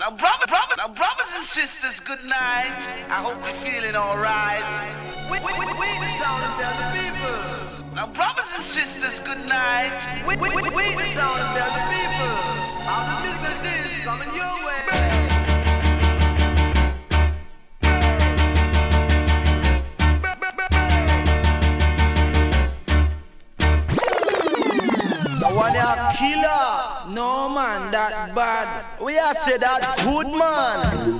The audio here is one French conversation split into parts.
Now, brothers and sisters, good night. I hope you're feeling alright. We the town and tell the people. Now, brothers and sisters, good night. We the town and tell the people. How the business is coming your way. One a killer. No man, that bad. We are say that good man.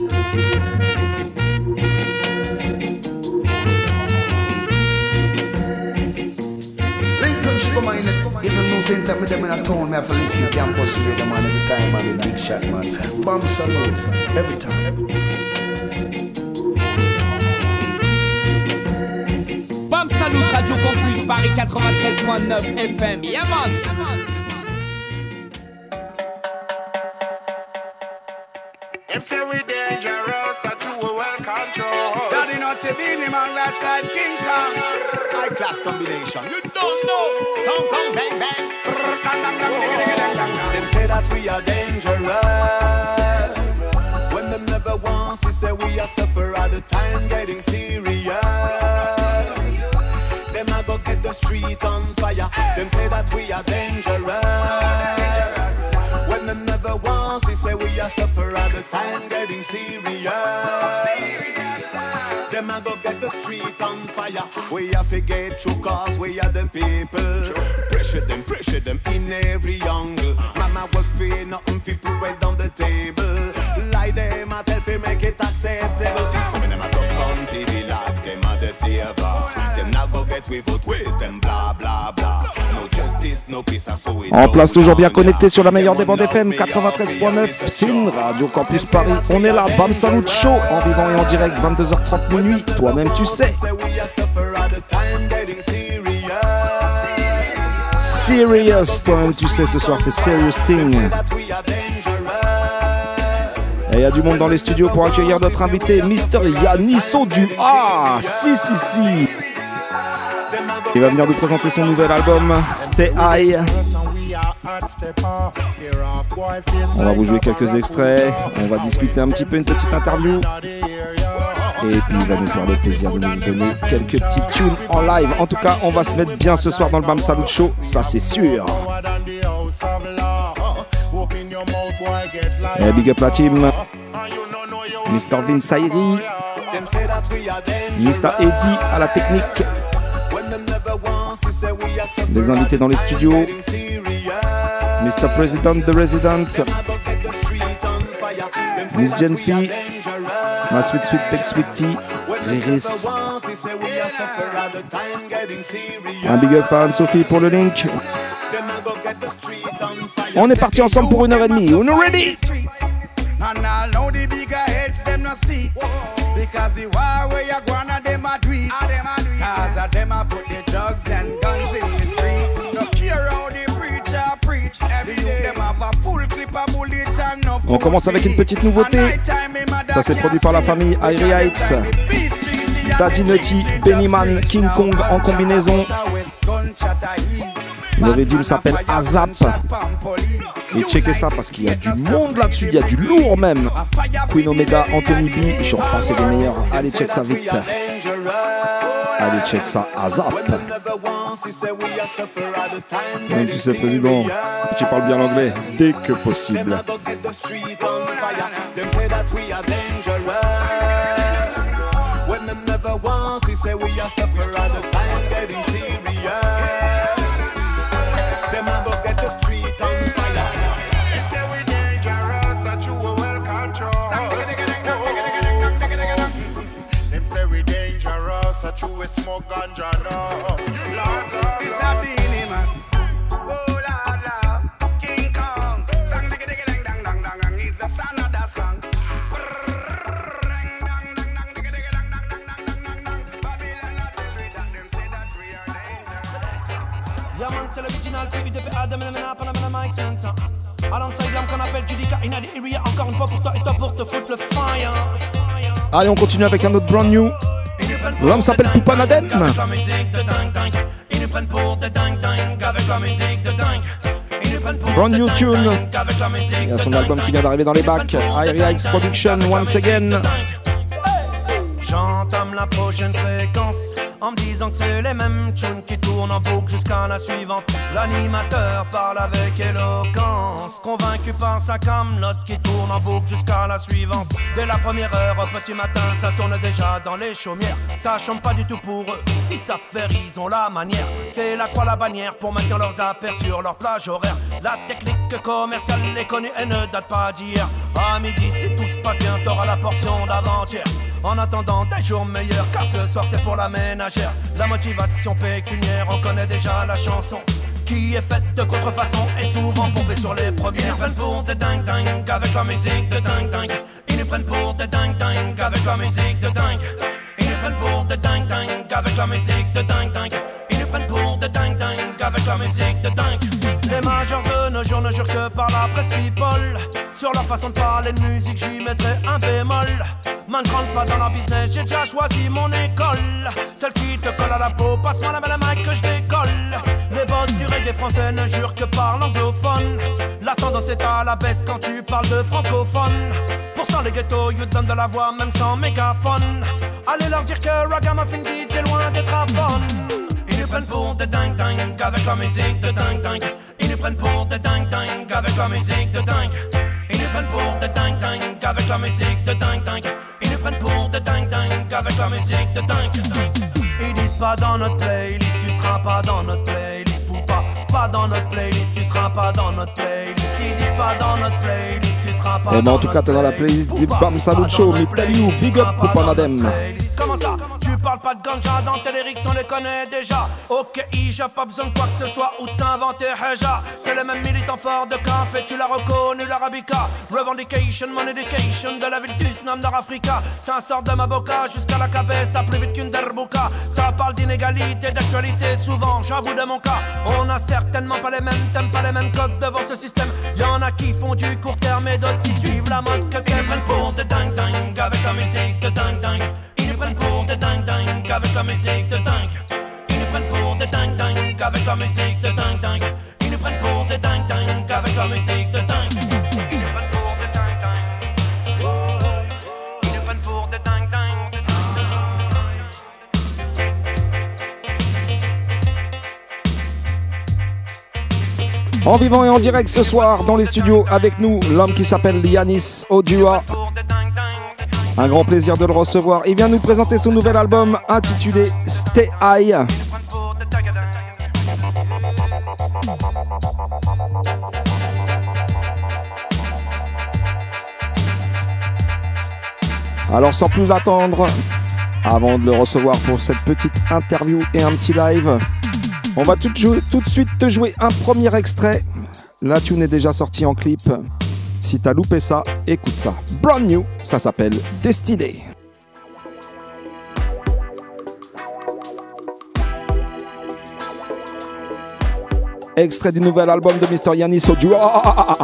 Lincoln Superman, even no center with them in a town, me have to listen to campus radio man every time, man, with big shot man. Bomb salute, every time. Bam Salut, Radio Campus Paris 93.9 FM. Yeah man. Them say we dangerous, that you will well control. Daddy not a beanie man, that side King Kong. High class combination. You don't know. Come, bang, bang. Them say that we are dangerous. When them never once they say we are suffer at the time getting serious. Them a go get the street on fire. Them say that we are dangerous. When them never once they say we are suffer at the time getting serious. Them a go get the street on fire. We have to get through cause we are the people. Pressure them in every angle. Mama will feel nothing fi put right on the table. Lie them a tell fi make it acceptable. Some of them a talk down to the lad, them a the saver. Them now go get with vote waste, them blah blah blah. No justice, no peace, so we En place, toujours bien connecté sur la meilleure des bandes FM 93.9, SIN, Radio Campus Paris. On est là, Bam Salut Show, en vivant et en direct, 22h30 minuit. Toi-même, tu sais. Serious, toi-même, tu sais, ce soir, c'est Serious Thing. Et il y a du monde dans les studios pour accueillir notre invité, Mr. Yaniso du A. Si. Il va venir nous présenter son nouvel album, Stay High. On va vous jouer quelques extraits, on va discuter un petit peu, une petite interview. Et puis il va nous faire le plaisir de nous donner quelques petites tunes en live. En tout cas, on va se mettre bien ce soir dans le Bam Salut Show, ça c'est sûr. Et big up la team, Mr. Vince Ayri, Mr. Eddie à la technique, les invités dans les studios, Mr. President, The Resident, Miss Genfi, ma sweet Big Sweetie, Riris. Un big up à Anne-Sophie pour le link. On est parti ensemble pour 1h30. On est ready? And I know the bigger heads them not see. Because the war where you gonna them a do it. Cause of them a put the drugs and guns in the street. No care how the preacher preach. Every day them have a full clip of bullet and no. On commence avec une petite nouveauté. Ça c'est produit par la famille Irie Heights. Daddy Nutty, Bennyman, King Kong en combinaison. Le rythme s'appelle Azap. Et checkez ça parce qu'il y a du monde là-dessus, il y a du lourd même. Queen Omega, Anthony B, j'en repasse des meilleurs. Allez, check ça vite. Allez, check ça, Azap. Et tu sais, président, tu parles bien l'anglais dès que possible. Smoke ganja now. This a beanie man. Oh la la, King Kong. Sang digga digga dang dang dang dang. He's the son of that song. Dang dang dang dang digga digga dang dang dang dang dang dang. Babylon not tell me that them say that we are dangerous. Yeah man, c'est l'original PUDP Adam et la Panama Mike Center. Alongside l'homme qu'on appelle Judica in the area. Encore une fois pour toi et toi pour te foutre le fire. Allez, on continue avec un autre brand new. L'homme s'appelle Poupanadem. Ils nous prennent pour des dingue dingue avec la musique de dingue. Ils nous Brand new tune. Il y a son album qui vient d'arriver dans les bacs. Iria X Production, once again. J'entame la prochaine fréquence en me disant que c'est les mêmes tunes qui tournent en boucle jusqu'à la suivante. L'animateur parle avec éloquence, convaincu par sa camelote qui tourne en boucle jusqu'à la suivante. Dès la première heure au petit matin, ça tourne déjà dans les chaumières. Ça chante pas du tout pour eux, ils savent faire, ils ont la manière. C'est la croix, la bannière pour maintenir leurs affaires sur leur plage horaire. La technique commerciale est connue et ne date pas d'hier. À midi, si tout se passe bien, t'auras la portion d'avant-hier. En attendant des jours meilleurs, car ce soir c'est pour la ménagère. La motivation pécuniaire, on connaît déjà la chanson qui est faite de contrefaçon et souvent pompée sur les premières. Ils nous prennent pour des dingues avec la musique de dingue. Ils nous prennent pour des dingues avec la musique de dingue. Ils nous prennent pour des dingues avec la musique de dingue. Ils nous prennent pour des dingues avec la musique de dingue. Les majeurs de nos jours ne jurent que par la presse people. Sur leur façon de parler de musique, j'y mettrai un bémol. Man, rentre pas dans la business, j'ai déjà choisi mon école. Celle qui te colle à la peau, passe-moi la mic que je décolle. Les boss du reggae français ne jurent que par l'anglophone. La tendance est à la baisse quand tu parles de francophone. Pourtant les ghettos, you donnent de la voix même sans mégaphone. Allez leur dire que Ragamuffin DJ est loin d'être à fond. Ils nous prennent pour des dingues avec la musique de dingue. Ils nous prennent pour des dingues avec la musique de dingue. Ils nous prennent pour des dingues avec la musique de dingue. Ils nous prennent pour des dingues avec la musique de dingue. Ils disent pas dans notre playlist, tu seras pas dans notre playlist. Ou pas dans notre playlist, tu seras pas dans notre playlist. Ils disent pas dans notre playlist, tu seras pas dans notre playlist. Et ben en tout cas t'es dans la playlist du Bam Salut Show, me tell you, big up pour Panadem. Comment ça? Tu parles pas de ganja dans tes lyrics, on les connaît déjà. Ok, j'ai pas besoin de quoi que ce soit ou de s'inventer Heja. C'est les mêmes militants forts de café, tu l'as reconnu, l'arabica. Revendication, mon education, de la ville du Snam d'Africa. Ça sort de ma boca jusqu'à la cabeza, plus vite qu'une derbouka. Ça parle d'inégalité, d'actualité, souvent j'avoue de mon cas. On a certainement pas les mêmes thèmes, pas les mêmes codes devant ce système. Y'en a qui font du court terme et d'autres qui suivent la mode que ils prennent pour des dingues avec la musique de dingue. Ils nous prennent pour des dingues avec la musique de dingue. Ils nous prennent pour des dingues avec la musique de dingue. Ils nous prennent pour des dingues avec la musique de dingue. Ils nous prennent pour des dingues. Ils nous prennent pour des dingues. En vivant et en direct ce soir dans les studios avec nous, l'homme qui s'appelle Yanis Odua. Un grand plaisir de le recevoir. Il vient nous présenter son nouvel album intitulé Stay High. Alors sans plus attendre, avant de le recevoir pour cette petite interview et un petit live, on va tout de suite te jouer un premier extrait. La tune est déjà sortie en clip. Si t'as loupé ça, écoute ça. Brand new, ça s'appelle Destiné. Extrait du nouvel album de Mr. Yanis Odua.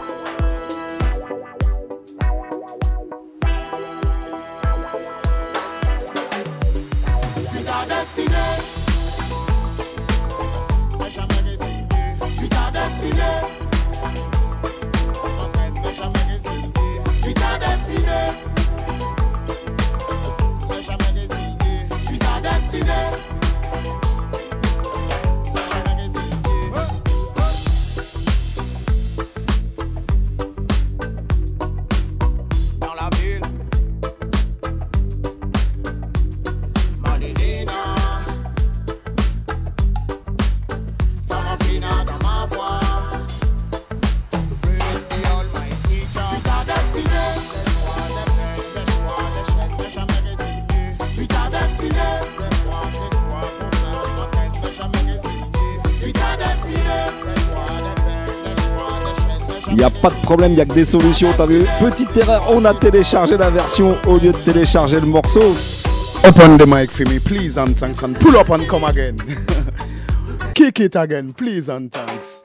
Il n'y a pas de problème, il n'y a que des solutions, t'as vu? Petite erreur, on a téléchargé la version au lieu de télécharger le morceau. Open the mic for me, please and thanks, and pull up and come again. Kick it again, please and thanks.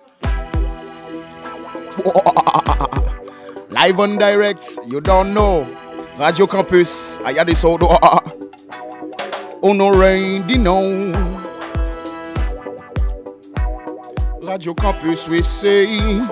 Live on direct, you don't know. Radio Campus, I had this auto. On already know. Radio Campus, oui, c'est.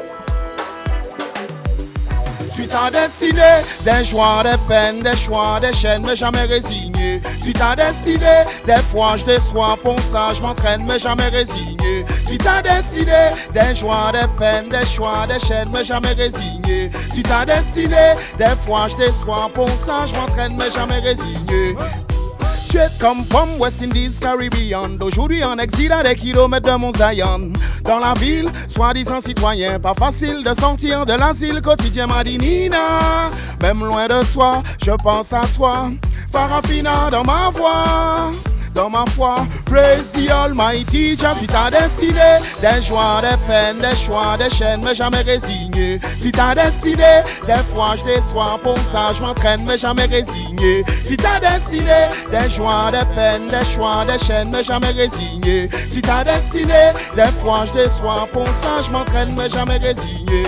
Suis ta destinée, des joies, des peines, des choix, des chaînes, mais jamais résigné. Suis ta destinée, des fois je déçois, pour ça je m'entraîne, mais jamais résigné. Suis ta destinée, des joies, des peines, des choix, des chaînes, mais jamais résigné. Suis ta destinée, des fois je déçois, pour ça je m'entraîne, mais jamais résigné. Straight come from West Indies, Caribbean. D'aujourd'hui en exil à des kilomètres de Mont Zion. Dans la ville, soi-disant citoyen, pas facile de sortir de l'asile quotidien Madinina. Même loin de toi, je pense à toi. Farafina dans ma voix. Dans ma foi, praise the Almighty. Je suis ta destinée, des joies, des peines, des choix, des chaînes, mais jamais résigné. Suis ta destinée, des fois je déçois, pour ça je m'entraîne, mais jamais résigné. Suis ta destinée, des joies, des peines, des choix, des chaînes, mais jamais résigné. Suis ta destinée, des fois je déçois, pour ça je m'entraîne, mais jamais résigné.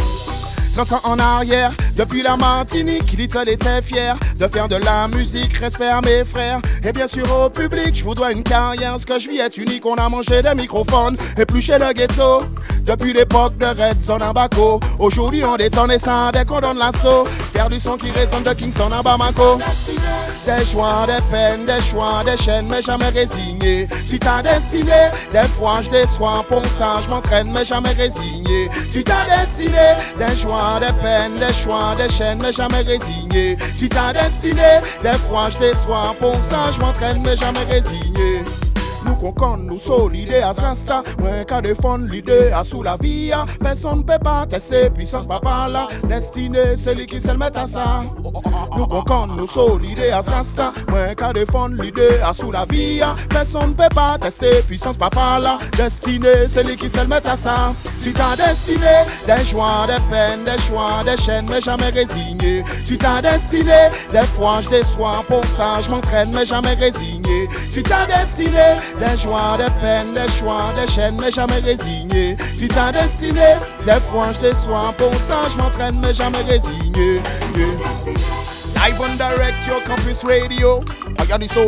30 ans en arrière, depuis la Martinique, Little était fier de faire de la musique, respect à mes frères. Et bien sûr au public, je vous dois une carrière. Ce que je vis est unique, on a mangé des microphones, épluché le ghetto. Depuis l'époque de Red Zone à Baco, aujourd'hui on détonne et ça dès qu'on donne l'assaut. Faire du son qui résonne de Kingston à Bamako. Des joies, des peines, des choix, des chaînes, mais jamais résigné. Suis ta destinée, des fois je déçois, pour ça je m'entraîne, mais jamais résigné. Suis ta destinée, des joies, des peines, des choix, des chaînes, mais jamais résigné. Suis ta destinée, des fois je déçois, pour ça je m'entraîne, mais jamais résigné. Nous concordons, nous solides à ce rasta. Moins qu'à défendre l'idée à sous la vie. Personne ne peut pas tester puissance papa là. Destinée, c'est lui qui se le met à ça. Nous concordons, nous solides à ce rasta. Moins qu'à défendre l'idée à sous la vie. Personne ne peut pas tester puissance papa là. Destinée, c'est lui qui se le met à ça. Suis ta destinée, des joies, des peines, des choix, des chaînes, mais jamais résigné. Suis ta destinée, des fois je déçois, pour ça je m'entraîne, mais jamais résigné. Suis ta destinée, des joies, des peines, des choix, des chaînes, mais jamais résigné. Suis ta destinée, des fois je déçois, pour ça je m'entraîne, mais jamais résigné. Live on direct, your Campus Radio. Regarde ça,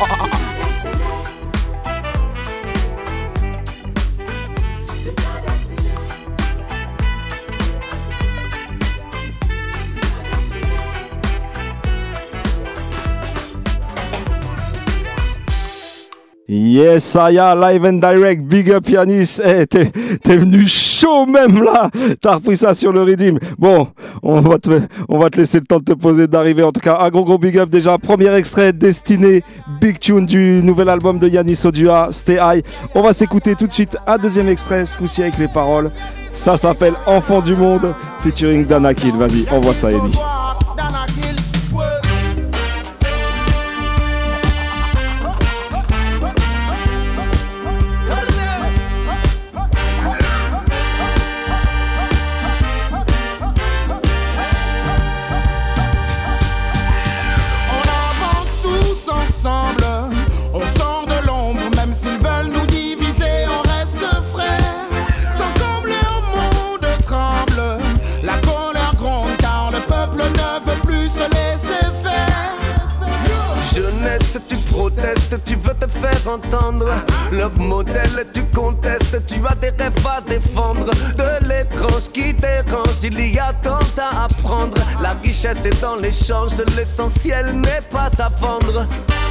Yes, Saya, live and direct, big up Yanis. Hey, t'es venu chaud même là. T'as repris ça sur le rythme. Bon, on va te laisser le temps de te poser, d'arriver. En tout cas, un gros big up déjà. Premier extrait, Destiné, big tune du nouvel album de Yanis Odua, Stay High. On va s'écouter tout de suite un deuxième extrait, ce coup-ci avec les paroles. Ça s'appelle Enfant du Monde, featuring Dana Kill. Vas-y, envoie ça, Eddie. Tu veux te faire entendre. Love modèle, tu contestes. Tu as des rêves à défendre. De l'étrange qui dérange, il y a tant à apprendre. La richesse est dans l'échange, l'essentiel n'est pas à vendre.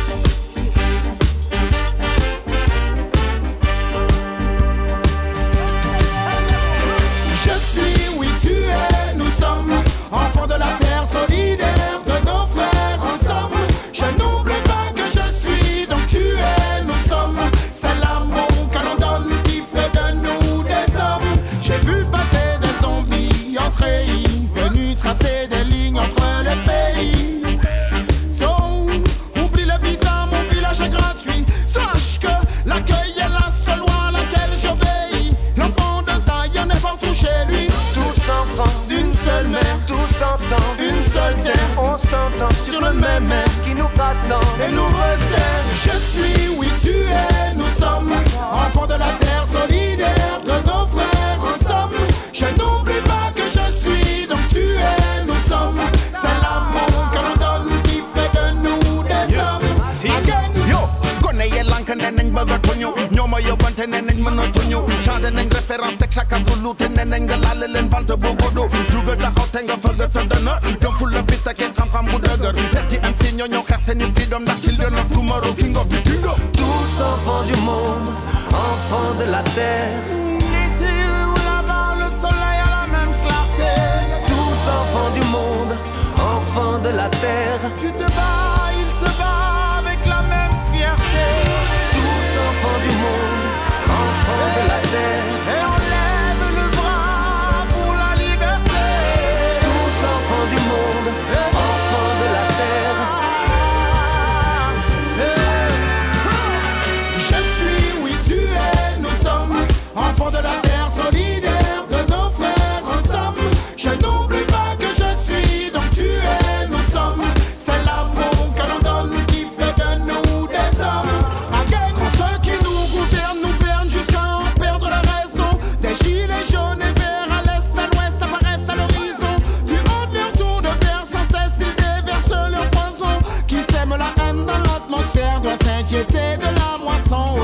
Je suis, oui tu es, nous sommes enfants de la terre, solidaires de nos frères ensemble. Je n'oublie pas que je suis, donc tu es, nous sommes. C'est l'amour que l'on donne qui fait de nous des hommes. J'ai vu passer des zombies entrer, venus tracer des lignes entre les pays. So, oublie le visa, mon village est gratuit. Sache que l'accueil est la seule loi à laquelle j'obéis. L'enfant de Zion est partout chez lui. Tous enfants d'une seule mère, tous ensemble, une seule terre. On s'entend sur le même air qui nous rassemble et nous resserre. Je suis, oui tu es, nous sommes enfants de la terre, solidaires de nos frères ensemble. Je n'oublie pas que je suis, donc tu es, nous sommes. C'est l'amour que l'on donne qui fait de nous des hommes. Again. Yo, gonna ye lankan and then bugger to you. yo bante neneng monotonyo Chante neng référence tek chaka zulu te neneng galale len bante bogodo Duga taxaw te nga fëgg sa dëna Dem fu la fi teke xam-xam bu dëgër Netti MC ñoo ñoo xeex seeni freedom ndax children of tomorrow king of the kingdom Tous enfants du monde, enfants de la terre Ici ou là-bas le soleil a la même clarté Tous enfants du monde, enfants de la terre Tu te bats, il se bat avec la même fierté Tous enfants du monde, enfants de la terre Et on lève le bras pour la liberté Tous enfants du monde, enfants de la terre Je suis, oui tu es, nous sommes enfants de la terre, solidaires de nos frères en somme. Je n'oublie pas que je suis, donc tu es, nous sommes. C'est l'amour que l'on donne qui fait de nous des hommes. Again, ceux qui nous gouvernent jusqu'à en perdre la raison. Des gilets jaunes et verts à l'est, à l'ouest apparaissent à l'horizon. Du haut de leur tour de fer, sans cesse ils déversent leur poison. Qui sème la haine dans l'atmosphère doit s'inquiéter de la moisson.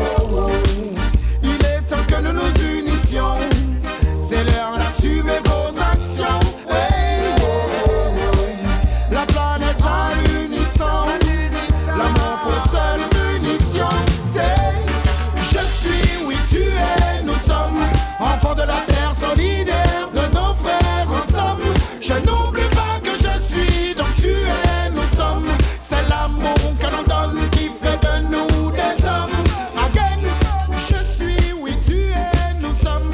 Il est temps que nous nous unissions. C'est l'heure d'assumer vos actions. Hey, la planète à l'unisson. L'amour pour seule munition. C'est je suis, oui tu es, nous sommes enfants de la terre, solidaires de nos frères en somme. Je n'oublie pas que je suis, donc tu es, nous sommes. C'est l'amour que l'on donne qui fait de nous des hommes. Again, je suis, oui tu es, nous sommes.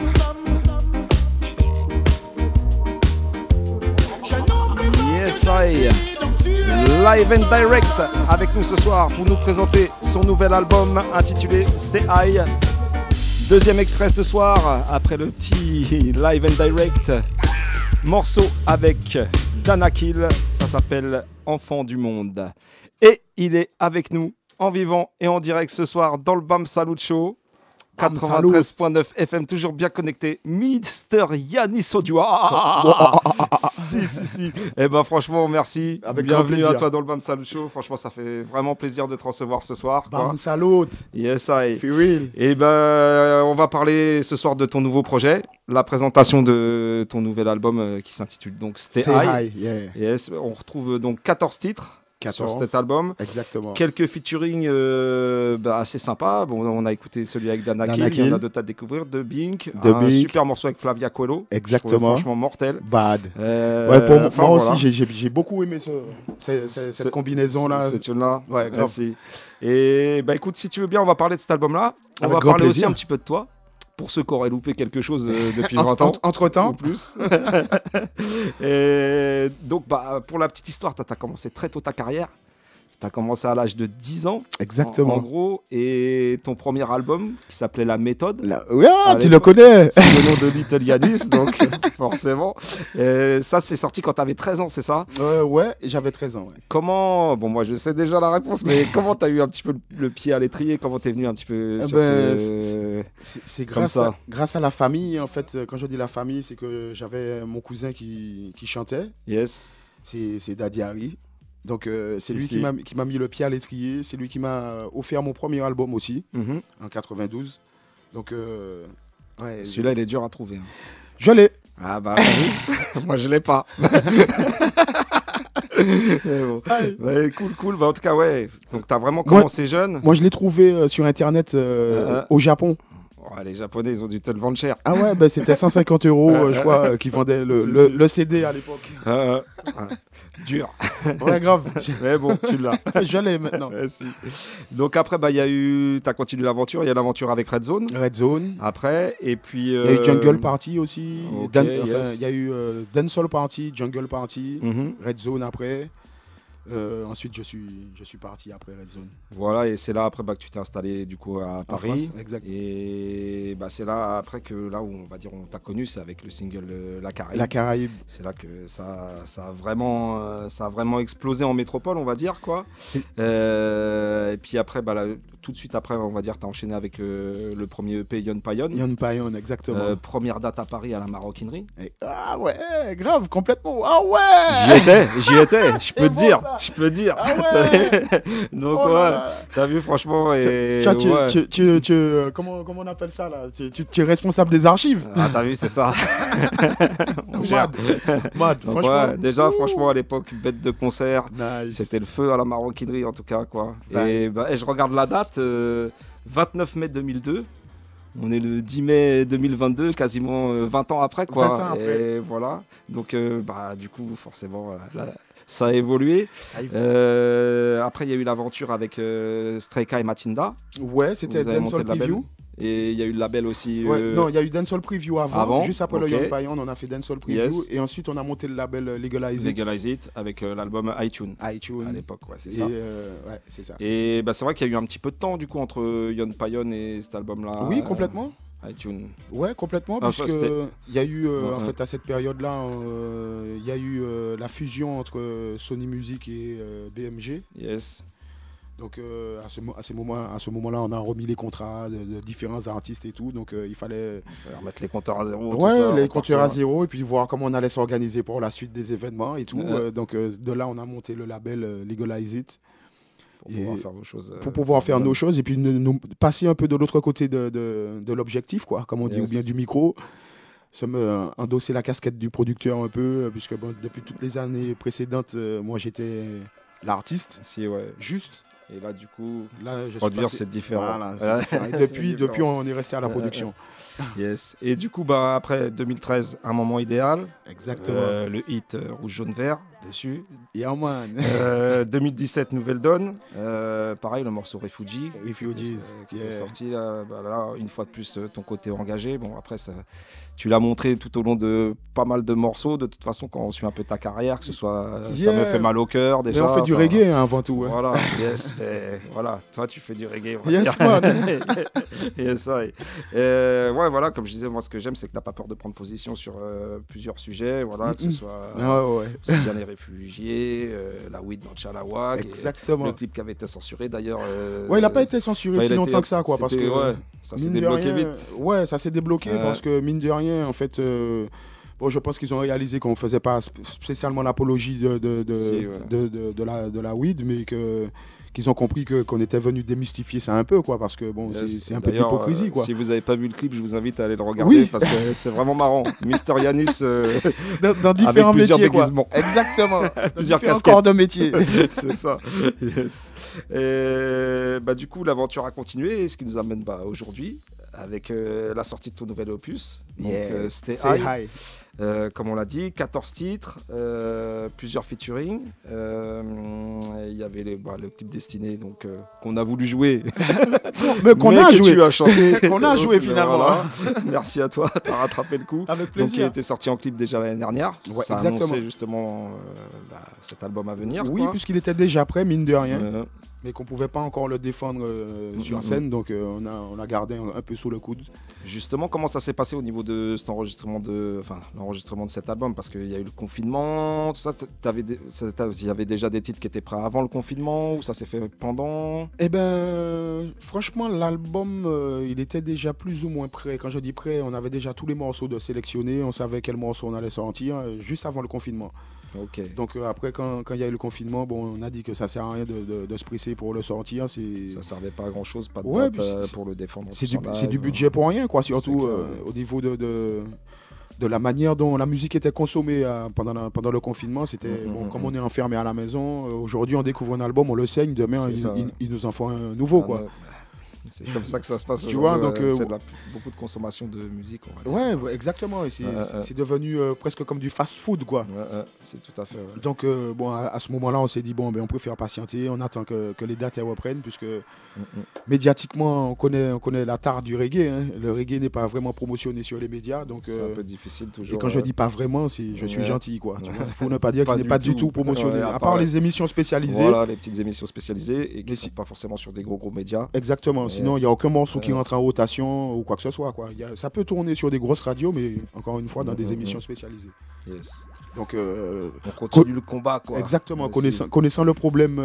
Je n'oublie pas Yes, que je I. suis, donc tu es. Live and direct avec nous ce soir pour nous présenter son nouvel album intitulé Stay High. Deuxième extrait ce soir après le petit live and direct. Morceau avec Danakil, ça s'appelle Enfant du Monde. Et il est avec nous en vivant et en direct ce soir dans le Bam Salut Show. 93.9 FM, toujours bien connecté. Mister Yannis Odua. Si. Eh ben franchement, merci. Avec grand Bienvenue plaisir. à toi dans le Bam Salut Show. Franchement, ça fait vraiment plaisir de te recevoir ce soir. quoi. Bam salut. Yes, I. Feel real. Et ben, on va parler ce soir de ton nouveau projet, la présentation de ton nouvel album qui s'intitule donc Stay High. Yeah. Yes, on retrouve donc 14 titres. 14. Sur cet album. Exactement. Quelques featuring assez sympas. Bon, on a écouté celui avec Danakil, il y en a d'autres à découvrir. De Bink, un super morceau avec Flavia Coelho. Exactement. Franchement mortel. Bad. Pour moi aussi, j'ai beaucoup aimé cette combinaison-là. Cette tune-là. Ouais, grave. Merci. Et bah écoute, si tu veux bien, on va parler de cet album-là. On Avec va grand parler plaisir. aussi un petit peu de toi. Pour ceux qui auraient loupé quelque chose depuis 20 ans. Entre-temps. Ou plus. Et donc, pour la petite histoire, tu as commencé très tôt ta carrière. Tu as commencé à l'âge de 10 ans. Exactement. En gros. Et ton premier album, qui s'appelait La Méthode. Oui, tu le connais. C'est le nom de Little Yanis, donc forcément. Ça, c'est sorti quand tu avais 13 ans, c'est ça? Ouais, j'avais 13 ans. Ouais. Comment, bon, moi je sais déjà la réponse, mais comment tu as eu un petit peu le pied à l'étrier? Comment tu es venu un petit peu sur c'est grâce à la famille, en fait. Quand je dis la famille, c'est que j'avais mon cousin qui chantait. Yes. C'est Daddy Harry. Donc c'est lui qui m'a mis le pied à l'étrier. C'est lui qui m'a offert mon premier album aussi, en 92. Donc, ouais, celui-là, il est dur à trouver. Hein. Je l'ai. Ah bah oui. Moi, je l'ai pas. Bon. Ouais, cool. Bah, en tout cas, ouais. Donc, tu as vraiment commencé jeune. Moi, je l'ai trouvé sur Internet au Japon. Oh, les Japonais, ils ont dû te le vendre cher. Ah ouais, bah, c'était 150 €, je crois, qui vendaient le CD à l'époque. Dur. Ouais, grave. Mais bon, tu l'as. Je l'ai maintenant. Ouais, si. Donc après, t'as continué l'aventure. Il y a l'aventure avec Red Zone. Après, et puis... Il y a eu Jungle Party aussi. Okay, il y a eu Dancehall Party, Jungle Party, Red Zone après. Ensuite, je suis parti après Red Zone. Voilà, et c'est là après que tu t'es installé du coup à Paris. France, exact. Et c'est là après que là où on va dire on t'a connu, c'est avec le single La Caraïbe. La Caraïbe. C'est là que ça a vraiment explosé en métropole, on va dire quoi. Et puis après, là, tout de suite après, on va dire, t'as enchaîné avec le premier EP Yon Payon. Yon Payon, exactement. Première date à Paris à la Maroquinerie. Ah ouais, grave, complètement. Ah ouais. J'y étais, je peux te dire. Je peux dire. Ah ouais. Donc Oh là là. t'as vu franchement et comment on appelle ça là, tu es responsable des archives. Ah t'as vu c'est ça. On gère. Mad, Donc, franchement. déjà franchement à l'époque bête de concert, nice. C'était le feu à la maroquinerie en tout cas quoi. Et je regarde la date 29 mai 2002. On est le 10 mai 2022, quasiment 20 ans après quoi. 20 ans après. Et voilà. Donc du coup forcément ça a évolué. Après il y a eu l'aventure avec Streka et Matinda. Ouais, c'était Dancehall Preview. Et il y a eu le label aussi. Non, il y a eu Dancehall Preview avant juste après le Young Payon, on a fait Dancehall Preview. Yes. Et ensuite, on a monté le label Legalize It. Legalize It avec l'album iTunes. À l'époque, c'est ça. Ouais, c'est ça. Et c'est vrai qu'il y a eu un petit peu de temps du coup entre Young Payon et cet album-là. Oui, complètement. iTunes. Ouais, complètement, parce que il y a eu, en fait, à cette période-là, il y a eu la fusion entre Sony Music et BMG. Yes. Donc à ce moment-là, on a remis les contrats de différents artistes et tout. Donc il fallait remettre les compteurs à zéro. Ouais, tout ça, les compteurs à zéro et puis voir comment on allait s'organiser pour la suite des événements et tout. Donc de là, on a monté le label Legalize It. Pour pouvoir faire vos choses. Pour pouvoir faire nos choses et puis nous passer un peu de l'autre côté de l'objectif, quoi, comme on dit, ou bien du micro. Endosser la casquette du producteur un peu, puisque depuis toutes les années précédentes, moi j'étais l'artiste. Juste. Et là, du coup, je produire, c'est différent. Voilà, c'est différent. Depuis, on est resté à la production. Yes. Et du coup, après 2013, Un moment idéal. Exactement. Le hit Rouge, jaune, vert dessus. Yeah, man. 2017, Nouvelle Donne. Pareil, le morceau Refugees. Qui est sorti là, une fois de plus, ton côté engagé. Bon, après, tu l'as montré tout au long de pas mal de morceaux. De toute façon, quand on suit un peu ta carrière, que ce soit Ça me fait mal au cœur déjà. Mais on fait du reggae avant tout. Ouais. Voilà, yes. Voilà, toi, tu fais du reggae. Yes, man. Yes, ouais, voilà, comme je disais, moi, ce que j'aime, c'est que tu n'as pas peur de prendre position sur plusieurs sujets. Voilà, que ce soit aussi bien les réfugiés, la weed dans Tchalawak. Exactement. Le clip qui avait été censuré d'ailleurs. Ouais, il n'a pas été censuré si longtemps que ça, quoi. Parce que ça s'est débloqué vite. Ouais, ça s'est débloqué parce que, mine de rien, en fait, je pense qu'ils ont réalisé qu'on ne faisait pas spécialement l'apologie de la weed, mais qu'ils ont compris qu'on était venu démystifier ça un peu, quoi, parce que c'est un peu d'hypocrisie, quoi. Si vous n'avez pas vu le clip, je vous invite à aller le regarder parce que c'est vraiment marrant. Mister Yanis dans différents avec plusieurs métiers, déguisements. Quoi. Exactement. Plusieurs casquettes. Corps de métier. C'est ça. Yes. Et du coup, l'aventure a continué, ce qui nous amène aujourd'hui avec la sortie de ton nouvel opus. Donc Stay High. Comme on l'a dit, 14 titres, plusieurs featuring. Il y avait le clip Destiné qu'on a voulu jouer. mais qu'on a joué. Tu as chanté. Qu'on a joué finalement. Voilà. Merci à toi, tu as rattrapé le coup. Avec plaisir. Donc, il a été sorti en clip déjà l'année dernière. Ouais, ça annonçait justement cet album à venir. Oui, puisqu'il était déjà prêt, mine de rien. Mais qu'on ne pouvait pas encore le défendre sur scène. Donc on a gardé un peu sous le coude. Justement, comment ça s'est passé au niveau de cet enregistrement l'enregistrement de cet album, parce qu'il y a eu le confinement, tout ça, il y avait déjà des titres qui étaient prêts avant le confinement ou ça s'est fait pendant? Eh ben, franchement, l'album, il était déjà plus ou moins prêt. Quand je dis prêt, on avait déjà tous les morceaux de sélectionnés, on savait quel morceau on allait sortir juste avant le confinement. Okay. Donc après, quand il y a eu le confinement, on a dit que ça sert à rien de se presser pour le sortir. Ça servait pas à grand chose, pas de date pour le défendre. C'est du budget pour rien, quoi, surtout au niveau de la manière dont la musique était consommée pendant le confinement. C'était comme on est enfermé à la maison, aujourd'hui on découvre un album, on le saigne, demain il nous en faut un nouveau, quoi. C'est comme ça que ça se passe. Tu vois, donc c'est beaucoup de consommation de musique, on va dire. Ouais, exactement. Et c'est devenu presque comme du fast-food, quoi. C'est tout à fait. Ouais. Donc à ce moment-là, on s'est dit on préfère patienter, on attend que les dates reprennent, puisque médiatiquement, on connaît la tare du reggae. Hein. Le reggae n'est pas vraiment promotionné sur les médias, donc c'est un peu difficile toujours. Et quand je dis pas vraiment, je suis gentil, quoi. Tu vois, pour ne pas dire qu'il n'est pas du tout promotionné. À part les émissions spécialisées. Voilà, les petites émissions spécialisées et qui ne sont pas forcément sur des gros médias. Exactement. Sinon, il n'y a aucun morceau qui rentre en rotation ou quoi que ce soit, quoi. Ça peut tourner sur des grosses radios, mais encore une fois, dans des émissions spécialisées. Yes. Donc, on continue le combat, quoi. Exactement. Connaissant le problème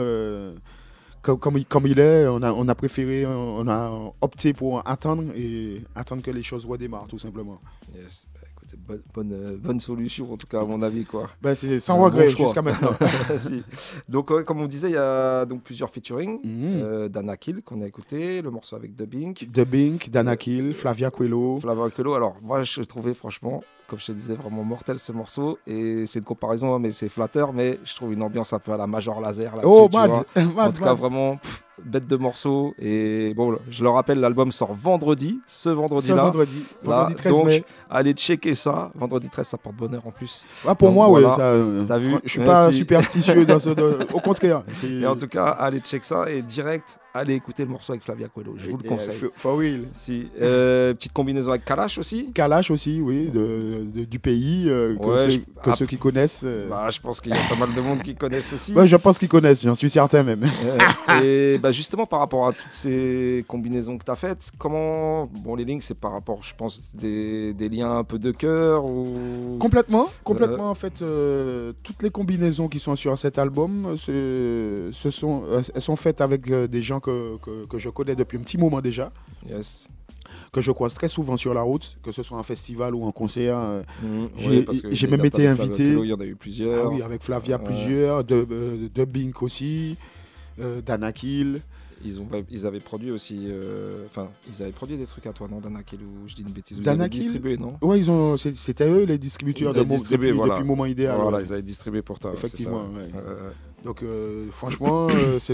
comme il est, on a préféré, on a opté pour attendre que les choses redémarrent, tout simplement. Yes. bonne solution, en tout cas, à mon avis, quoi. Ben, c'est sans regret jusqu'à maintenant. Si. Donc, comme on disait, il y a donc plusieurs featuring. Danakil, qu'on a écouté, le morceau avec Dubbink. Danakil, Flavia Coelho. Alors, moi, je trouvais, franchement, comme je te disais, vraiment mortel ce morceau. Et c'est une comparaison, mais c'est flatteur, mais je trouve une ambiance un peu à la Major Lazer là-dessus. Oh, tu vois. En tout cas, vraiment, bête de morceau. Et bon, je le rappelle, l'album sort vendredi, ce vendredi-là. Vendredi 13 mai. Donc, allez checker ça. Vendredi 13, ça porte bonheur en plus. Ah, pour donc, moi, voilà. T'as vu, je suis pas superstitieux au contraire. Et en tout cas, allez check ça et direct, allez écouter le morceau avec Flavia Coelho. Je vous le conseille. For real. Si. Petite combinaison avec Kalash aussi. Kalash aussi, oui, du pays, ceux qui connaissent. Je pense qu'il y a pas mal de monde qui connaissent aussi. Ouais, je pense qu'ils connaissent, j'en suis certain même. Et justement, par rapport à toutes ces combinaisons que tu as faites, comment. Bon, les links, c'est par rapport, je pense, des liens un peu de cœur ou... Complètement. En fait, toutes les combinaisons qui sont sur cet album, elles sont faites avec des gens que je connais depuis un petit moment déjà. Yes. Que je croise très souvent sur la route, que ce soit en festival ou en concert. J'ai même été invité. Il y en a eu plusieurs. Ah oui, avec Flavia, plusieurs. De Bink aussi. Danakil. Ils avaient produit aussi. Ils avaient produit des trucs à toi, non, Danakil, ou je dis une bêtise. Danakil, ils avaient distribué, non? Ouais, c'était eux les distributeurs depuis Moment Idéal. Voilà, ils avaient distribué pour toi. Effectivement. Donc, franchement, ce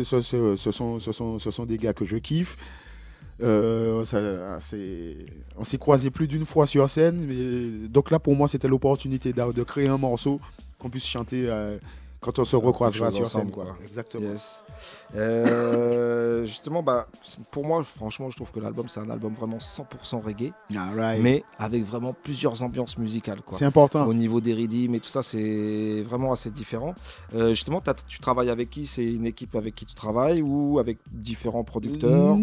sont des gars que je kiffe. On s'est croisés plus d'une fois sur scène, mais donc là pour moi c'était l'opportunité de créer un morceau qu'on puisse chanter quand on se recroisera sur scène, quoi. Exactement. Yes. Justement, pour moi, franchement, je trouve que l'album c'est un album vraiment 100% reggae, mais avec vraiment plusieurs ambiances musicales, quoi. C'est important. Au niveau des rythmes et tout ça, c'est vraiment assez différent. Justement, tu travailles avec qui? C'est une équipe avec qui tu travailles ou avec différents producteurs?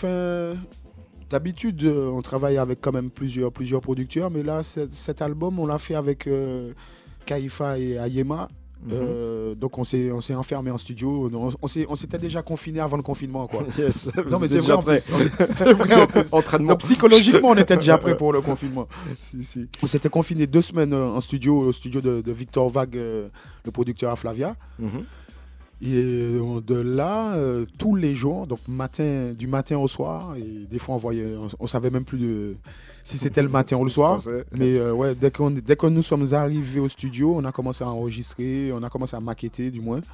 D'habitude, on travaille avec quand même plusieurs producteurs, mais là, cet album, on l'a fait avec Kaifa et Ayema. Donc on s'est enfermé en studio. On s'était déjà confiné avant le confinement, quoi. Yes, non mais c'est vrai, c'est vrai en plus. Entraînement. Donc psychologiquement on était déjà prêt pour le confinement. Si. On s'était confiné 2 semaines en studio, au studio de Victor Vague, le producteur à Flavia. Et de là, tous les jours, donc du matin au soir, et des fois on savait même plus si c'était le matin ou le soir. Mais dès que nous sommes arrivés au studio, on a commencé à enregistrer, on a commencé à maqueter du moins.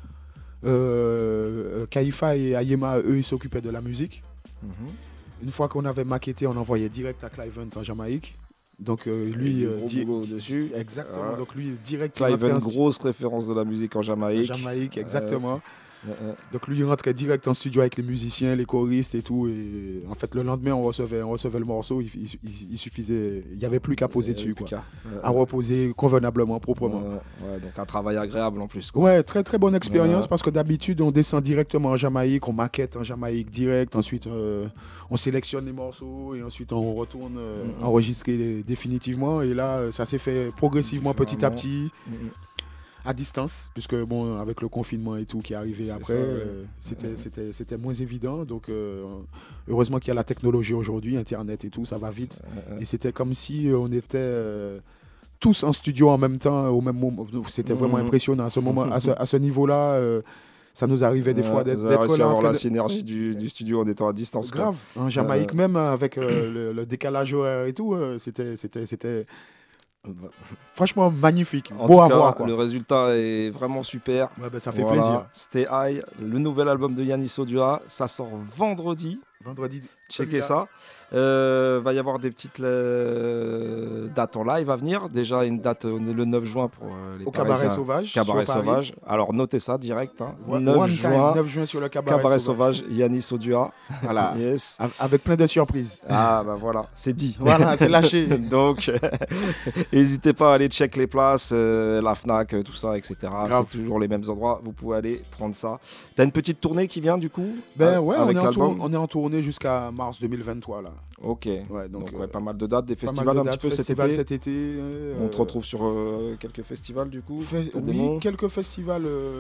Kaifa et Ayema, eux, ils s'occupaient de la musique. Une fois qu'on avait maquetté, on envoyait direct à Clivent en Jamaïque. Donc lui dessus. Exactement. Donc lui direct. Clivent, grosse référence de la musique en Jamaïque. Exactement. Donc lui il rentrait direct en studio avec les musiciens, les choristes et tout. Et en fait le lendemain on recevait le morceau. Il suffisait, il n'y avait plus qu'à poser dessus, quoi. À reposer convenablement, proprement. Donc un travail agréable en plus, quoi. Ouais, très très bonne expérience parce que d'habitude on descend directement en Jamaïque, on maquette en Jamaïque direct. Ensuite on sélectionne les morceaux et ensuite on retourne enregistrer définitivement. Et là ça s'est fait progressivement, petit à petit. À distance, puisque bon, avec le confinement et tout qui est arrivé après, c'était moins évident. Donc heureusement qu'il y a la technologie aujourd'hui, Internet et tout, ça va vite. Et c'était comme si on était tous en studio en même temps, au même moment. C'était vraiment impressionnant à ce moment, à ce niveau-là. Ça nous arrivait des fois d'être là. La synergie du studio en étant à distance. Grave. En Jamaïque même, avec le décalage horaire et tout, c'était franchement magnifique, beau à voir, quoi. Le résultat est vraiment super. Ça fait plaisir. Stay High, le nouvel album de Yannis Odua, ça sort vendredi. Checkez ça. Va y avoir des petites dates en live à venir. Déjà une date le 9 juin pour les au Cabaret Sauvage. Cabaret Sauvage. Alors notez ça direct. 9 juin sur le Cabaret Sauvage. Yannis Odua. Voilà. Yes. Avec plein de surprises. Voilà, c'est dit. Voilà, c'est lâché. Donc, n'hésitez pas à aller check les places, la Fnac, tout ça, etc. Grave. C'est toujours les mêmes endroits. Vous pouvez aller prendre ça. T'as une petite tournée qui vient du coup? On est en tournée jusqu'à mars 2023 là. Ok. Donc pas mal de dates, des festivals un petit peu cet été. On te retrouve sur quelques festivals du coup. Oui, quelques festivals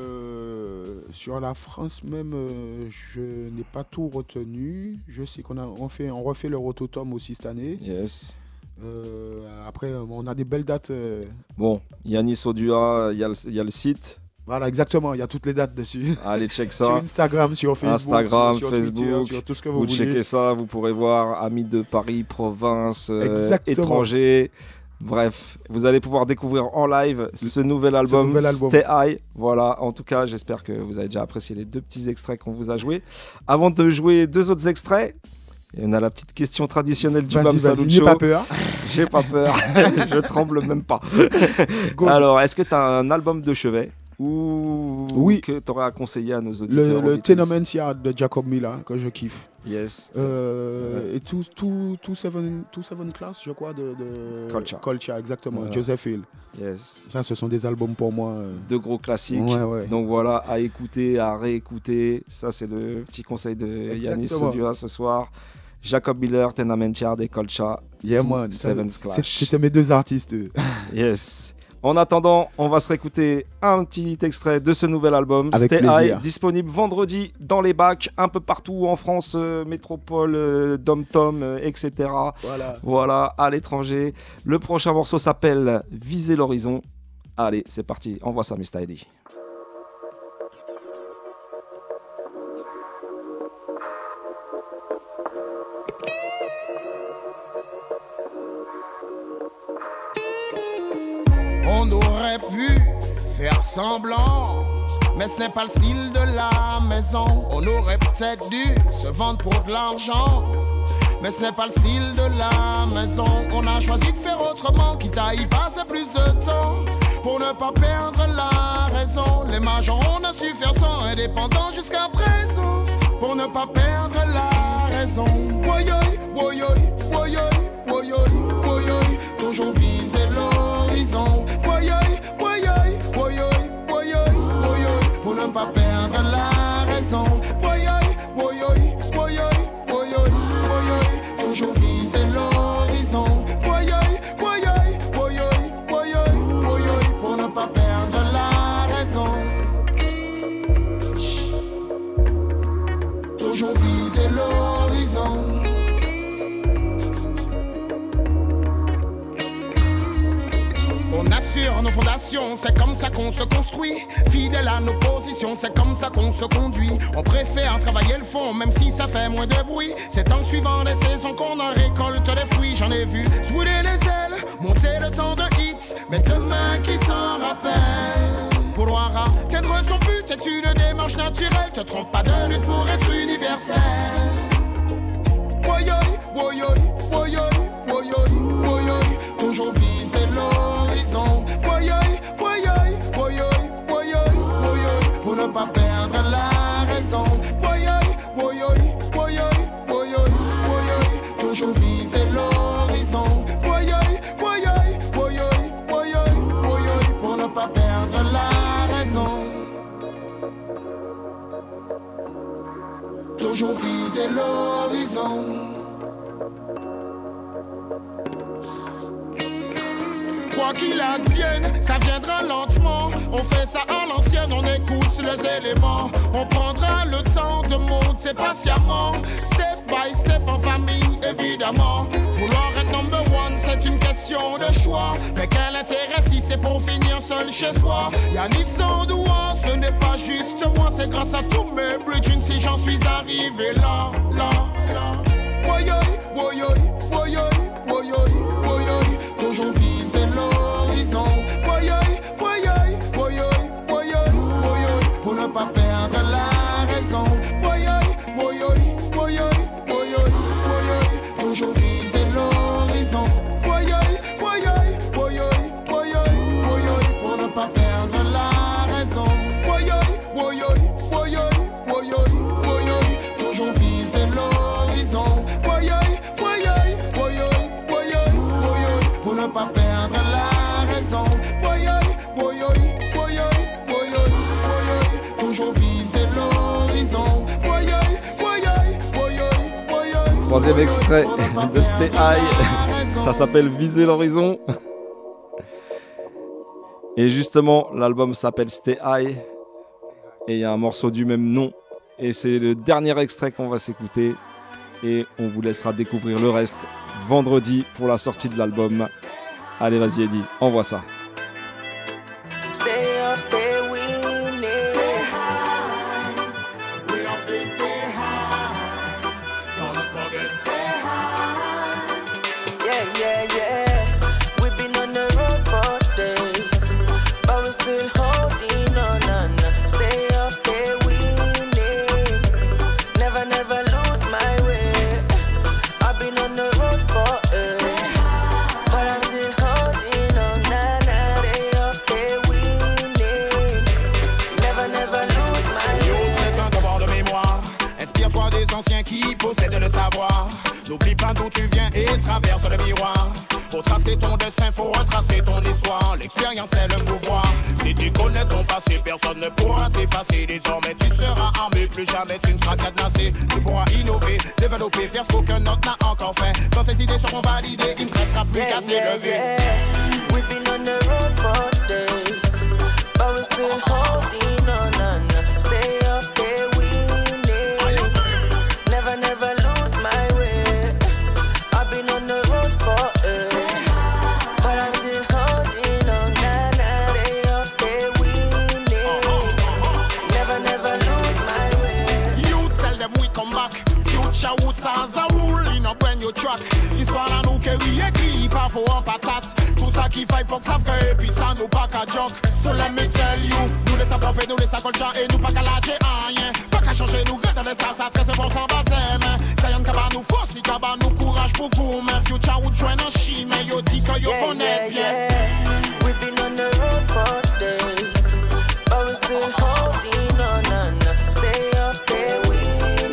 sur la France même. Je n'ai pas tout retenu. Je sais on refait le Rototom aussi cette année. Yes. Après, on a des belles dates. Bon, Yanis Odua, il y a le site. Voilà, exactement. Il y a toutes les dates dessus. Allez, check ça. Sur Instagram, sur Facebook. Instagram, sur Facebook. Twitter, sur tout ce que vous voulez. Checkez ça, vous pourrez voir amis de Paris, province, Exactement. étrangers. Bref, vous allez pouvoir découvrir en live ce nouvel album. Stay High. Voilà, en tout cas, j'espère que vous avez déjà apprécié les 2 petits extraits qu'on vous a joués. Avant de jouer 2 autres extraits, on a la petite question traditionnelle du Bam Salut Show. N'aie pas peur. J'ai pas peur, je tremble même pas. Alors, est-ce que tu as un album de chevet ou que tu aurais à conseiller à nos auditeurs? Le Tenements de Jacob Miller, que je kiffe. Yes. Et tout Seven Class, je crois, de Culture, exactement. Voilà. Joseph Hill. Yes. Ça, ce sont des albums pour moi. De gros classiques. Ouais. Donc voilà, à écouter, à réécouter. Ça, c'est le petit conseil de Yanis Odua ce soir. Jacob Miller, Tenement Yard et Culture. Yeah, man. Seven Clash. C'était mes 2 artistes. Yes. En attendant, on va se réécouter un petit extrait de ce nouvel album, avec Stay plaisir. High, disponible vendredi dans les bacs, un peu partout en France, métropole, dom-tom, etc. Voilà, à l'étranger. Le prochain morceau s'appelle Viser l'horizon. Allez, c'est parti, envoie ça, Mr. Eddie. On aurait pu faire semblant, mais ce n'est pas le style de la maison. On aurait peut-être dû se vendre pour de l'argent, mais ce n'est pas le style de la maison. On a choisi de faire autrement, quitte à y passer plus de temps, pour ne pas perdre la raison. Les majors, on a su faire sans, indépendants jusqu'à présent, pour ne pas perdre la raison. Woyoy, woyoy, woyoy, woyoy, woyoy, toujours viser l'horizon. Woyoy, woyoy, woyoy, woyoy, woyoy, pour ne pas perdre la raison. Woyoy, woyoy, woyoy, woyoy, woyoy, toujours viser l'horizon. Woyoy, woyoy, woyoy, woyoy, woyoy, pour ne pas perdre la raison. Toujours viser l'horizon. On assure nos fondations, c'est comme ça qu'on se construit. Fidèle à nos positions, c'est comme ça qu'on se conduit. On préfère travailler le fond, même si ça fait moins de bruit. C'est en suivant les saisons qu'on en récolte les fruits. J'en ai vu swooler les ailes, monter le temps de hits, mais demain qui s'en rappelle. Vouloir atteindre son but est une démarche naturelle. Te trompe pas de lutte pour être universel. Woyoy, woyoy, woyoy, woyoy, woyoy, toujours viser l'horizon. Woyoy, woyoy, woyoy, woyoy, woyoy, pour ne pas perdre la raison. Woyoy, woyoy, woyoy, woyoy, woyoy, toujours viser l'horizon. Woyoy, woyoy, woyoy, woyoy, woyoy, pour ne pas perdre la raison. Toujours viser l'horizon. Quoi qu'il advienne, ça viendra lentement. On fait ça à l'ancienne, on écoute les éléments. On prendra le temps de monter patiemment, step by step en famille, évidemment. Vouloir être number one, c'est une question de choix. Mais quel intérêt si c'est pour finir seul chez soi? Yanis Odua, ce n'est pas juste moi, c'est grâce à tous mes bridges si j'en suis arrivé là, là, là. Woyoy, woyoy, woyoy, woyoy, woyoy, toujours viser l'horizon. Woyoy, woyoy, woyoy, woyoy, woyoy, pour ne pas perdre la raison. Woyoy, woyoy, woyoy, woyoy, woyoy, toujours viser l'horizon. Woyoy, woyoy, woyoy, woyoy, woyoy, pour ne pas perdre la raison. Woyoy, woyoy, woyoy, woyoy, woyoy, toujours viser l'horizon. Woyoy, woyoy, woyoy, woyoy, woyoy, pour ne pas perdre la raison. Woyoy, woyoy, woyoy, woyoy, woyoy, toujours viser l'horizon. Woyoy, woyoy, woyoy, woyoy. Troisième extrait de Stay High, ça s'appelle Viser l'horizon. Et justement, l'album s'appelle Stay High et il y a un morceau du même nom. Et c'est le dernier extrait qu'on va s'écouter et on vous laissera découvrir le reste. vendredi pour la sortie de l'album. Allez, vas-y Eddie, envoie ça. Possède le savoir. N'oublie pas d'où tu viens et traverse le miroir. Pour tracer ton destin, faut retracer ton histoire. L'expérience est le pouvoir. Si tu connais ton passé, personne ne pourra t'effacer. Désormais tu seras armé, plus jamais tu ne seras cadenassé. Tu pourras innover, développer, faire ce qu'aucun autre n'a encore fait. Quand tes idées seront validées, il ne te restera plus qu'à t'élever. We've been on the road for days, but we're still holding on. Stay up, stay winning. Never lose my way. I've been on the road for but I'm still holding on. Stay up, stay winning. Never lose my way. You tell them we come back. Future woods as a rule in a brand new track. Histoire à nous que oui écrit, pas faux en patate. Tout ça qui fait faut que ça fait et puis ça nous pas qu'à joke. So let me tell you, nous laisse à pomper, nous laisse à colchan et nous pas qu'à lâcher rien. Pas qu'à changer, nous gâte dans le sas à 13% baptême. Ça y'en kaba nous force, si kaba nous courage pour goût. Mais future would join en chine, mais yo dit que yo connaît bien. We've been on the road for days, but we're still holding on. Stay up, stay winning.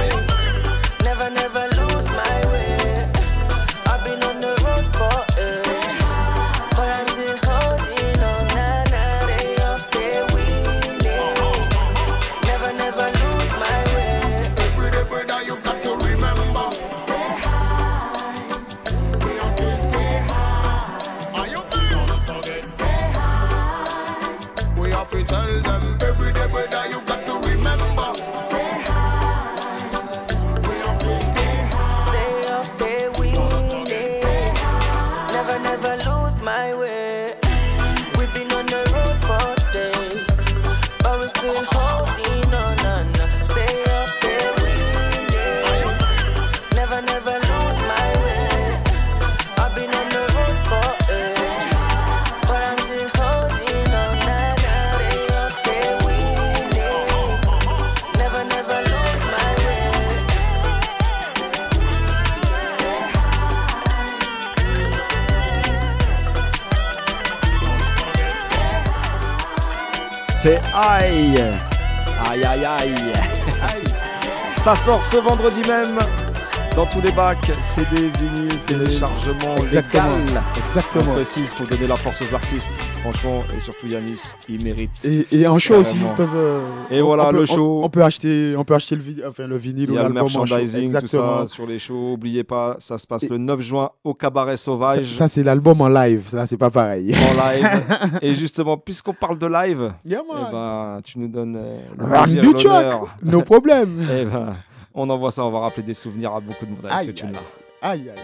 Never lose my way. I've been on the road for but I'm still holding on. Stay up, stay winning. Never lose my way. Every day, brother, you've got to remember. Stay high. We have to stay high. Are you free? Don't forget. Stay high. We have to tell them every day, brother, you've got to remember. Stay high. We have to stay high. Stay up, stay winning. Never lose my way. We've been on the road for days, but we're still holding on. Stay up, stay winning. Never lose my way. I've been on the road for but I'm still holding on. Stay up, stay winning. Never lose my way. T'es aïe. Aïe aïe aïe. Ça sort ce vendredi même dans tous les bacs, CD, vinyle, téléchargement légal. Exactement. On précise, faut donner la force aux artistes, franchement, et surtout Yanis, il mérite. Et en show aussi, ils peuvent. Et voilà, le show. On peut acheter le vinyle ou l'album. Il y a le merchandising, tout exactement. ça sur les shows. N'oubliez pas, ça se passe le 9 juin au Cabaret Sauvage. Ça c'est l'album en live. Là, c'est pas pareil. En live. Et justement, puisqu'on parle de live, yeah, eh ben, tu nous donnes le plaisir et l'honneur. No problème. Eh ben, on envoie ça, on va rappeler des souvenirs à beaucoup de monde avec cette tune-là. Aïe, aïe, aïe.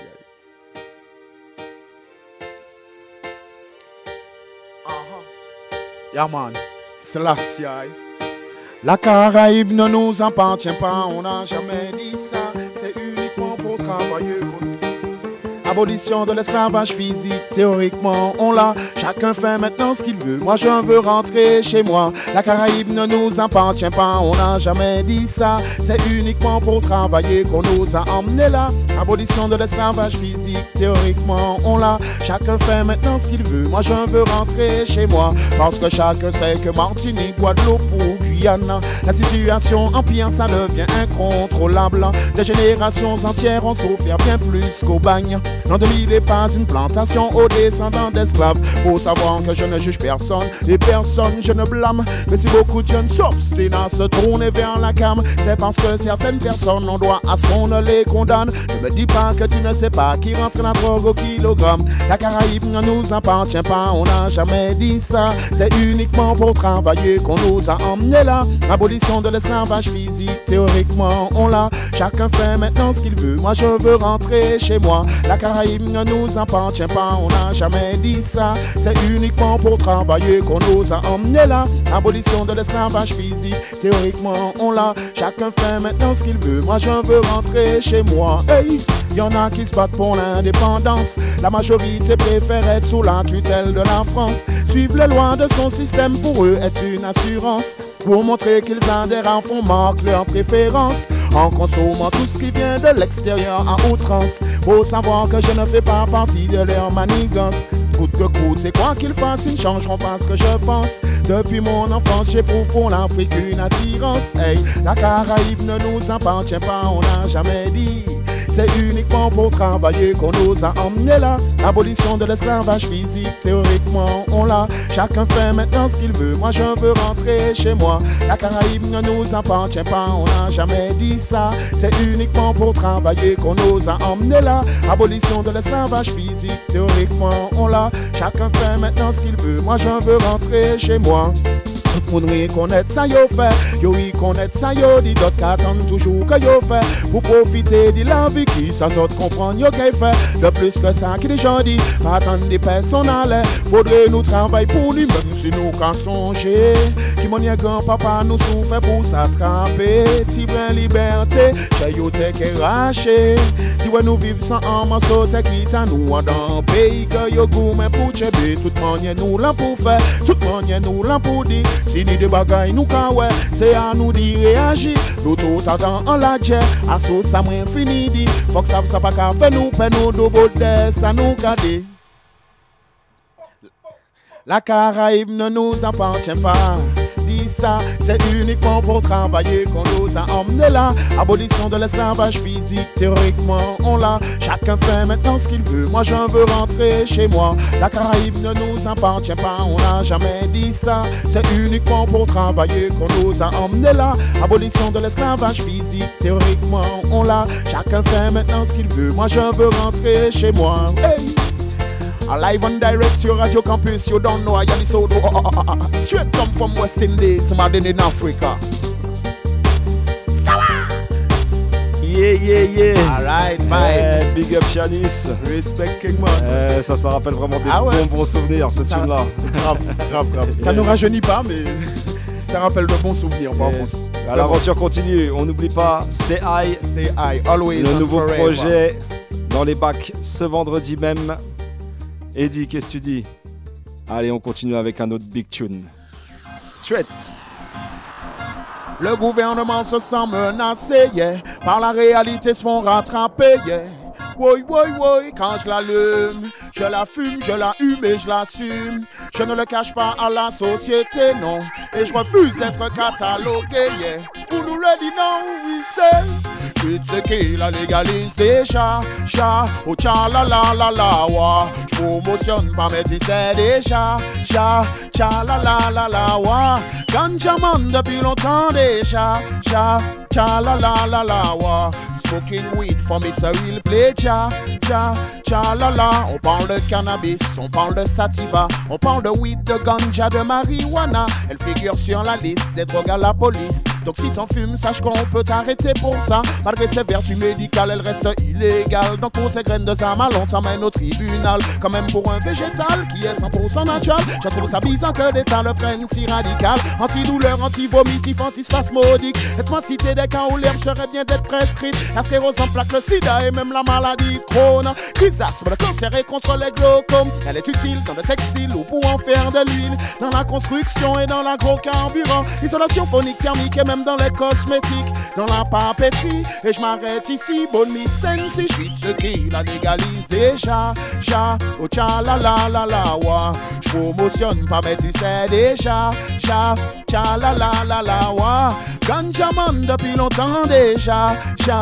Yeah man, Selassie. La Caraïbe ne nous appartient pas, on n'a jamais dit ça. C'est uniquement pour travailler qu'on... Abolition de l'esclavage physique, théoriquement on l'a. Chacun fait maintenant ce qu'il veut, moi je veux rentrer chez moi. La Caraïbe ne nous appartient pas, on n'a jamais dit ça. C'est uniquement pour travailler qu'on nous a emmenés là. Abolition de l'esclavage physique, théoriquement on l'a. Chacun fait maintenant ce qu'il veut, moi je veux rentrer chez moi. Parce que chacun sait que Martinique, Guadeloupe ou Guyane, la situation empire, ça devient incontrôlable. Des générations entières ont souffert bien plus qu'au bagne. L'an 2000 n'est pas une plantation aux descendants d'esclaves. Faut savoir que je ne juge personne et personne je ne blâme. Mais si beaucoup de jeunes s'obstinent à se tourner vers la cam, c'est parce que certaines personnes ont droit à ce qu'on ne les condamne. Ne me dis pas que tu ne sais pas qui rentre la drogue au kilogramme. La Caraïbe ne nous appartient pas, on n'a jamais dit ça. C'est uniquement pour travailler qu'on nous a emmenés là. là. Abolition de l'esclavage physique, théoriquement on l'a. Chacun fait maintenant ce qu'il veut, moi je veux rentrer chez moi. La Caraïbe ne nous appartient pas, on n'a jamais dit ça. C'est uniquement pour travailler qu'on nous a emmenés là. Abolition de l'esclavage physique, théoriquement on l'a. Chacun fait maintenant ce qu'il veut, moi je veux rentrer chez moi. Hey, y'en a qui se battent pour l'indépendance. La majorité préfère être sous la tutelle de la France. Suivre les lois de son système pour eux est une assurance. Pour montrer qu'ils adhèrent en font marque leur préférence. En consommant tout ce qui vient de l'extérieur à outrance. Faut savoir que je ne fais pas partie de leur manigance. Coûte que coûte, c'est quoi qu'ils fassent, ils ne changeront pas ce que je pense. Depuis mon enfance, j'éprouve pour l'Afrique une attirance. Hey, la Caraïbe ne nous appartient pas, on n'a jamais dit. C'est uniquement pour travailler qu'on nous a emmenés là. Abolition de l'esclavage physique, théoriquement on l'a. Chacun fait maintenant ce qu'il veut, moi je veux rentrer chez moi. La Caraïbe ne nous appartient pas, on n'a jamais dit ça. C'est uniquement pour travailler qu'on nous a emmenés là. Abolition de l'esclavage physique, théoriquement on l'a. Chacun fait maintenant ce qu'il veut, moi je veux rentrer chez moi. Tout le monde reconnaît ça yo fait. Yo reconnaît ça yo dit d'autres qu'attendent toujours que yo fait. Pour profiter de la vie qui ça d'autres comprennent yo qu'elle fait. De plus que ça qui déjà dit, pas attendre des personnels. Faudrait nous travailler pour lui même si nous qu'à songer. Qui mon grand-papa nous souffre pour ça scraper. Ti ben liberté, chez yo t'es qu'arraché. Dis ouais nous vivons sans un morceau t'es quitte à nous dans pays que yo gourmet pour chébé. Toute manière nous l'en pour faire, toute manière nous l'en pour dire. Si ni de bagay nous ka ouais, c'est à nous d'y réagir. Nous tout attend en la jet, à so ça moins fini dit. Faut que ça pas qu'à faire nous, pe nous de beauté, ça nous garder. La Caraïbe ne nous appartient pas. Dis ça, c'est uniquement pour travailler qu'on nous a emmenés là. Abolition de l'esclavage physique, théoriquement on l'a. Chacun fait maintenant ce qu'il veut, moi je veux rentrer chez moi. La Caraïbe ne nous appartient pas, on n'a jamais dit ça. C'est uniquement pour travailler qu'on nous a emmenés là. Abolition de l'esclavage physique, théoriquement on l'a. Chacun fait maintenant ce qu'il veut, moi je veux rentrer chez moi. Hey! Live and direct sur Radio Campus, you don't know I am so straight come from West Indies, mad in Africa. Yeah. Alright, bye. Big up Chalice. Respect King Man. Ça rappelle vraiment des bons souvenirs, ce tune-là. Grave. Ça nous rajeunit pas, mais ça rappelle de bons souvenirs. Yes. L'aventure continue, on n'oublie pas Stay High, always. Le nouveau projet dans les bacs ce vendredi même. Eddie, qu'est-ce que tu dis? Allez, on continue avec un autre big tune. Straight. Le gouvernement se sent menacé, yeah. Par la réalité se font rattraper, yeah. Oui, quand je l'allume, je la fume, je la hume et je l'assume. Je ne le cache pas à la société, non. Et je refuse d'être catalogué, yeah. Pour nous le dit non, oui c'est. Tu sais qu'il la légalise déjà, oh tcha la wa. J'promotionne pas mais tu sais déjà, tcha la wa. Ganja man depuis longtemps déjà, tcha la wa. Smoking weed from it's a real pleasure, la. On parle de cannabis, on parle de sativa, on parle de weed, de ganja, de marijuana. Elle figure sur la liste des drogues à la police. Donc si t'en fumes, sache qu'on peut t'arrêter pour ça. Malgré ses vertus médicales, elle reste illégale. Donc pour tes graines de sa mal, on t'emmène au tribunal. Quand même pour un végétal qui est 100% naturel, je trouve ça bizarre que l'État le prenne si radical. Antidouleur, anti-vomitif, antispasmodique. Cette quantité des cas où l'herbe serait bien d'être prescrite. La sclérose en plaque, le sida et même la maladie de Crohn. Crisasme, le cancer et contre les glaucomes. Elle est utile dans le textile ou pour en faire de l'huile. Dans la construction et dans l'agrocarburant. Isolation phonique, thermique et même dans les cosmétiques. Dans la papeterie. Et je m'arrête ici, bonne licence. Si je suis de ceux qui la légalise déjà. Oh tcha la wa. Je promotionne pas mais tu sais déjà. La wa. Ganja man depuis longtemps déjà.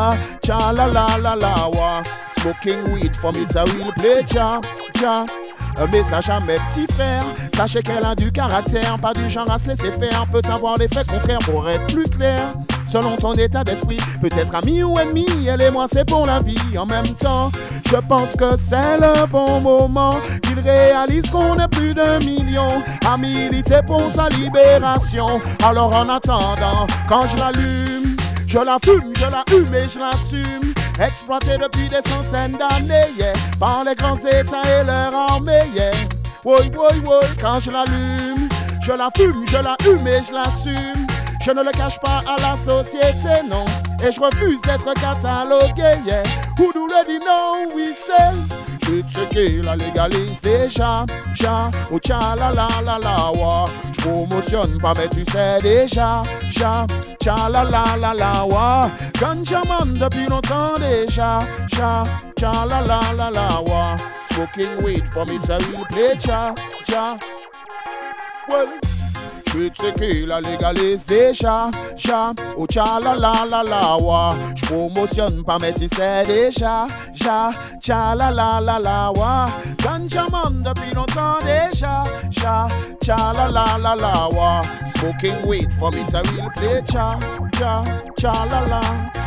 La wa. Smoking weed from it's a real pleasure. Un message à mes petits frères. Sachez qu'elle a du caractère, pas du genre à se laisser faire. Peut avoir l'effet contraire pour être plus clair. Selon ton état d'esprit, peut-être ami ou ennemi, elle et moi c'est pour la vie. En même temps, je pense que c'est le bon moment qu'il réalise qu'on est plus d'1 million à militer pour sa libération. Alors en attendant, quand je l'allume, je la fume, je la hume et je l'assume. Exploité depuis des centaines d'années, yeah, par les grands états et leur armée, yeah. Woy, woy, woy, quand je l'allume, je la fume, je la hume et je l'assume. Je ne le cache pas à la société, non. Et je refuse d'être catalogué, yeah. Who do already know we say? Je sais qu'il la légalise déjà, ja, oh tcha la la la la, wa. Je promotionne pas mais tu sais déjà, ja, tcha la la la la, wa. Ganjaman depuis longtemps déjà, ja, tcha la la la la, wa. Smoking weed for me to real play, ja, ja. Well. Je sais qu'il la légalise déjà, ja, oh tcha la la la la, wa. Je promotionne pas mais tu sais déjà, ja, tcha la la la la, wa. Ganjaman depuis longtemps déjà, ja, tcha la la la la, wa. Smoking weed for me to real play, ja, ja, tcha la la.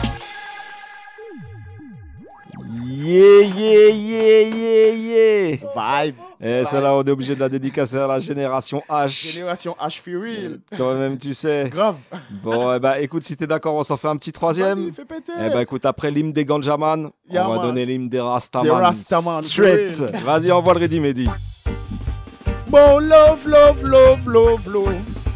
Yeah, yeah, yeah, yeah, yeah. Vibe. Et celle-là, on est obligé de la dédicacer à la génération H. Génération H for real. Toi-même, tu sais. Grave. Bon, eh ben, écoute, si t'es d'accord, on s'en fait un petit troisième. Vas-y, fais péter. Eh ben, écoute, après l'hymne des Ganjaman, Yeah, on va man. donner l'hymne des Rastaman. Des Rastaman, Straight. for real. Vas-y, envoie le ready, Mehdi. More love, love, love, love, love.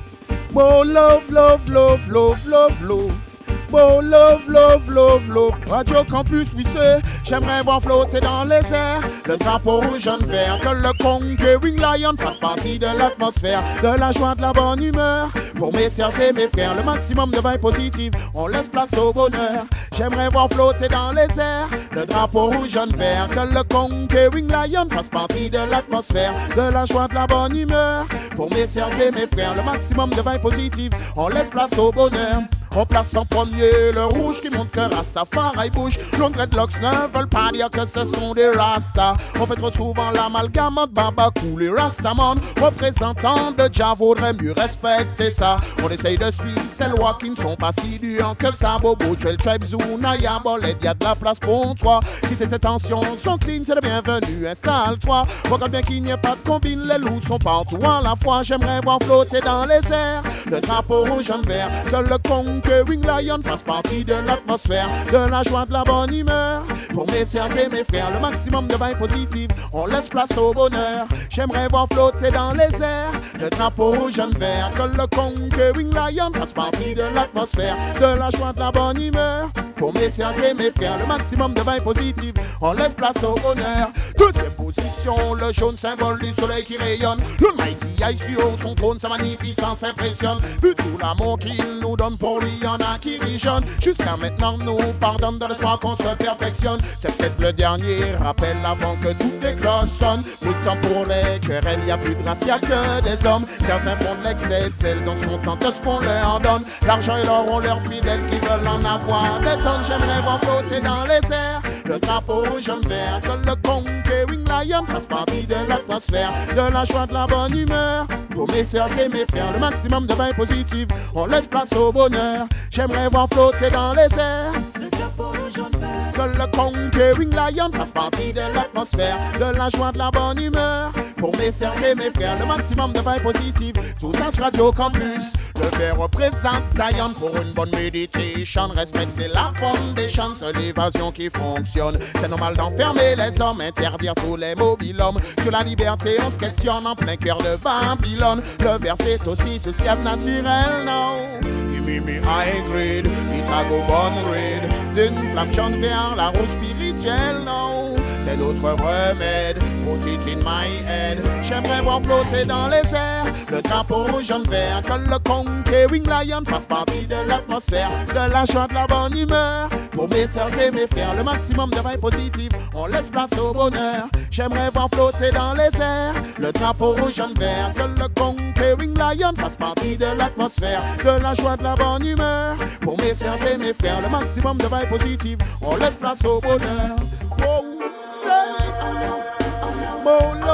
More love, love, love, love, love, love. More love, love, love, love. Radio Campus, oui c'est. J'aimerais voir flotter dans les airs le drapeau rouge jaune vert. Que le Conquering Lion fasse partie de l'atmosphère, de la joie, de la bonne humeur. Pour mes sœurs et mes frères, le maximum de vibes positives. On laisse place au bonheur. J'aimerais voir flotter dans les airs le drapeau rouge jaune vert. Que le Conquering Lion fasse partie de l'atmosphère, de la joie, de la bonne humeur. Pour mes sœurs et mes frères, le maximum de vibes positives. On laisse place au bonheur. On place en premier le rouge qui montre que Rastafari bouge. Nos dreadlocks ne veulent pas dire que ce sont des Rastas. On fait trop souvent l'amalgame entre Babacou et Rastaman. Représentants de Jah, vaudrait mieux respecter ça. On essaye de suivre ces lois qui ne sont pas si dures que ça. Bobo, Trail, Tribe, Zunaya, Boled, y'a de la place pour toi. Si tes intentions sont clean, c'est le bienvenu, installe-toi. Regarde bien qu'il n'y ait pas de combine, les loups sont partout à la fois. J'aimerais voir flotter dans les airs le drapeau rouge jaune vert. Que le Conquering Lion fasse partie de l'atmosphère, de la joie, de la bonne humeur. Pour mes sœurs et mes frères, le maximum de vibes positives. On laisse place au bonheur. J'aimerais voir flotter dans les airs le drapeau rouge jaune vert. Que le Conquering Lion fasse partie de l'atmosphère, de la joie, de la bonne humeur. Pour mes sœurs et mes frères, le maximum de vibes positives. On laisse place au bonheur. Deuxième position, le jaune symbole du soleil qui rayonne. Le Mighty Eye sur son trône, sa magnificence impressionne. Vu tout l'amour qu'il nous donne, pour lui y'en a qui rit jaune. Jusqu'à maintenant nous pardonne de l'espoir qu'on se perfectionne. C'est peut-être le dernier rappel avant que toutes les cloches sonnent. Plus de temps pour les querelles, y a plus de race, y a que des hommes. Certains font de l'excès de zèle, donc sont contents de ce qu'on leur donne. L'argent et l'or ont leurs fidèles qui veulent en avoir des tonnes. J'aimerais voir flotter dans les airs le drapeau rouge jaune vert. Que le Conquering Lion fasse partie de l'atmosphère, de la joie, de la bonne humeur. Pour mes sœurs et mes frères, le maximum de vibes positives. On laisse place au bonheur. J'aimerais voir flotter dans les airs le drapeau rouge jaune vert. Que le Conquering Lion fasse partie de l'atmosphère, de la joie, de la bonne humeur. Pour mes sœurs et mes frères, le maximum de vibes positives. Tout ça sur Radio Campus. Le verre représente Zion pour une bonne méditation. Respecter la foundation, c'est l'évasion qui fonctionne. C'est normal d'enfermer les hommes, interdire tous les mobil-hommes. Sur la liberté, on se questionne en plein cœur de Babylone. Le verre, c'est aussi tout ce qu'il y a de naturel, non. Give me high grade, it a go bon grade. D'une flamme jaune vers la rouge spirituelle, non. C'est notre remède, put it in my head. J'aimerais voir flotter dans les airs le drapeau rouge jaune vert. Que le Conquering Lion fasse partie de l'atmosphère, de la joie, de la bonne humeur. Pour mes sœurs et mes frères, le maximum de vibes positives. On laisse place au bonheur. J'aimerais voir flotter dans les airs le drapeau rouge jaune vert. Que le Conquering Lion fasse partie de l'atmosphère, de la joie, de la bonne humeur. Pour mes sœurs et mes frères, le maximum de vibes positives. On laisse place au bonheur. Oh, say, more love, love.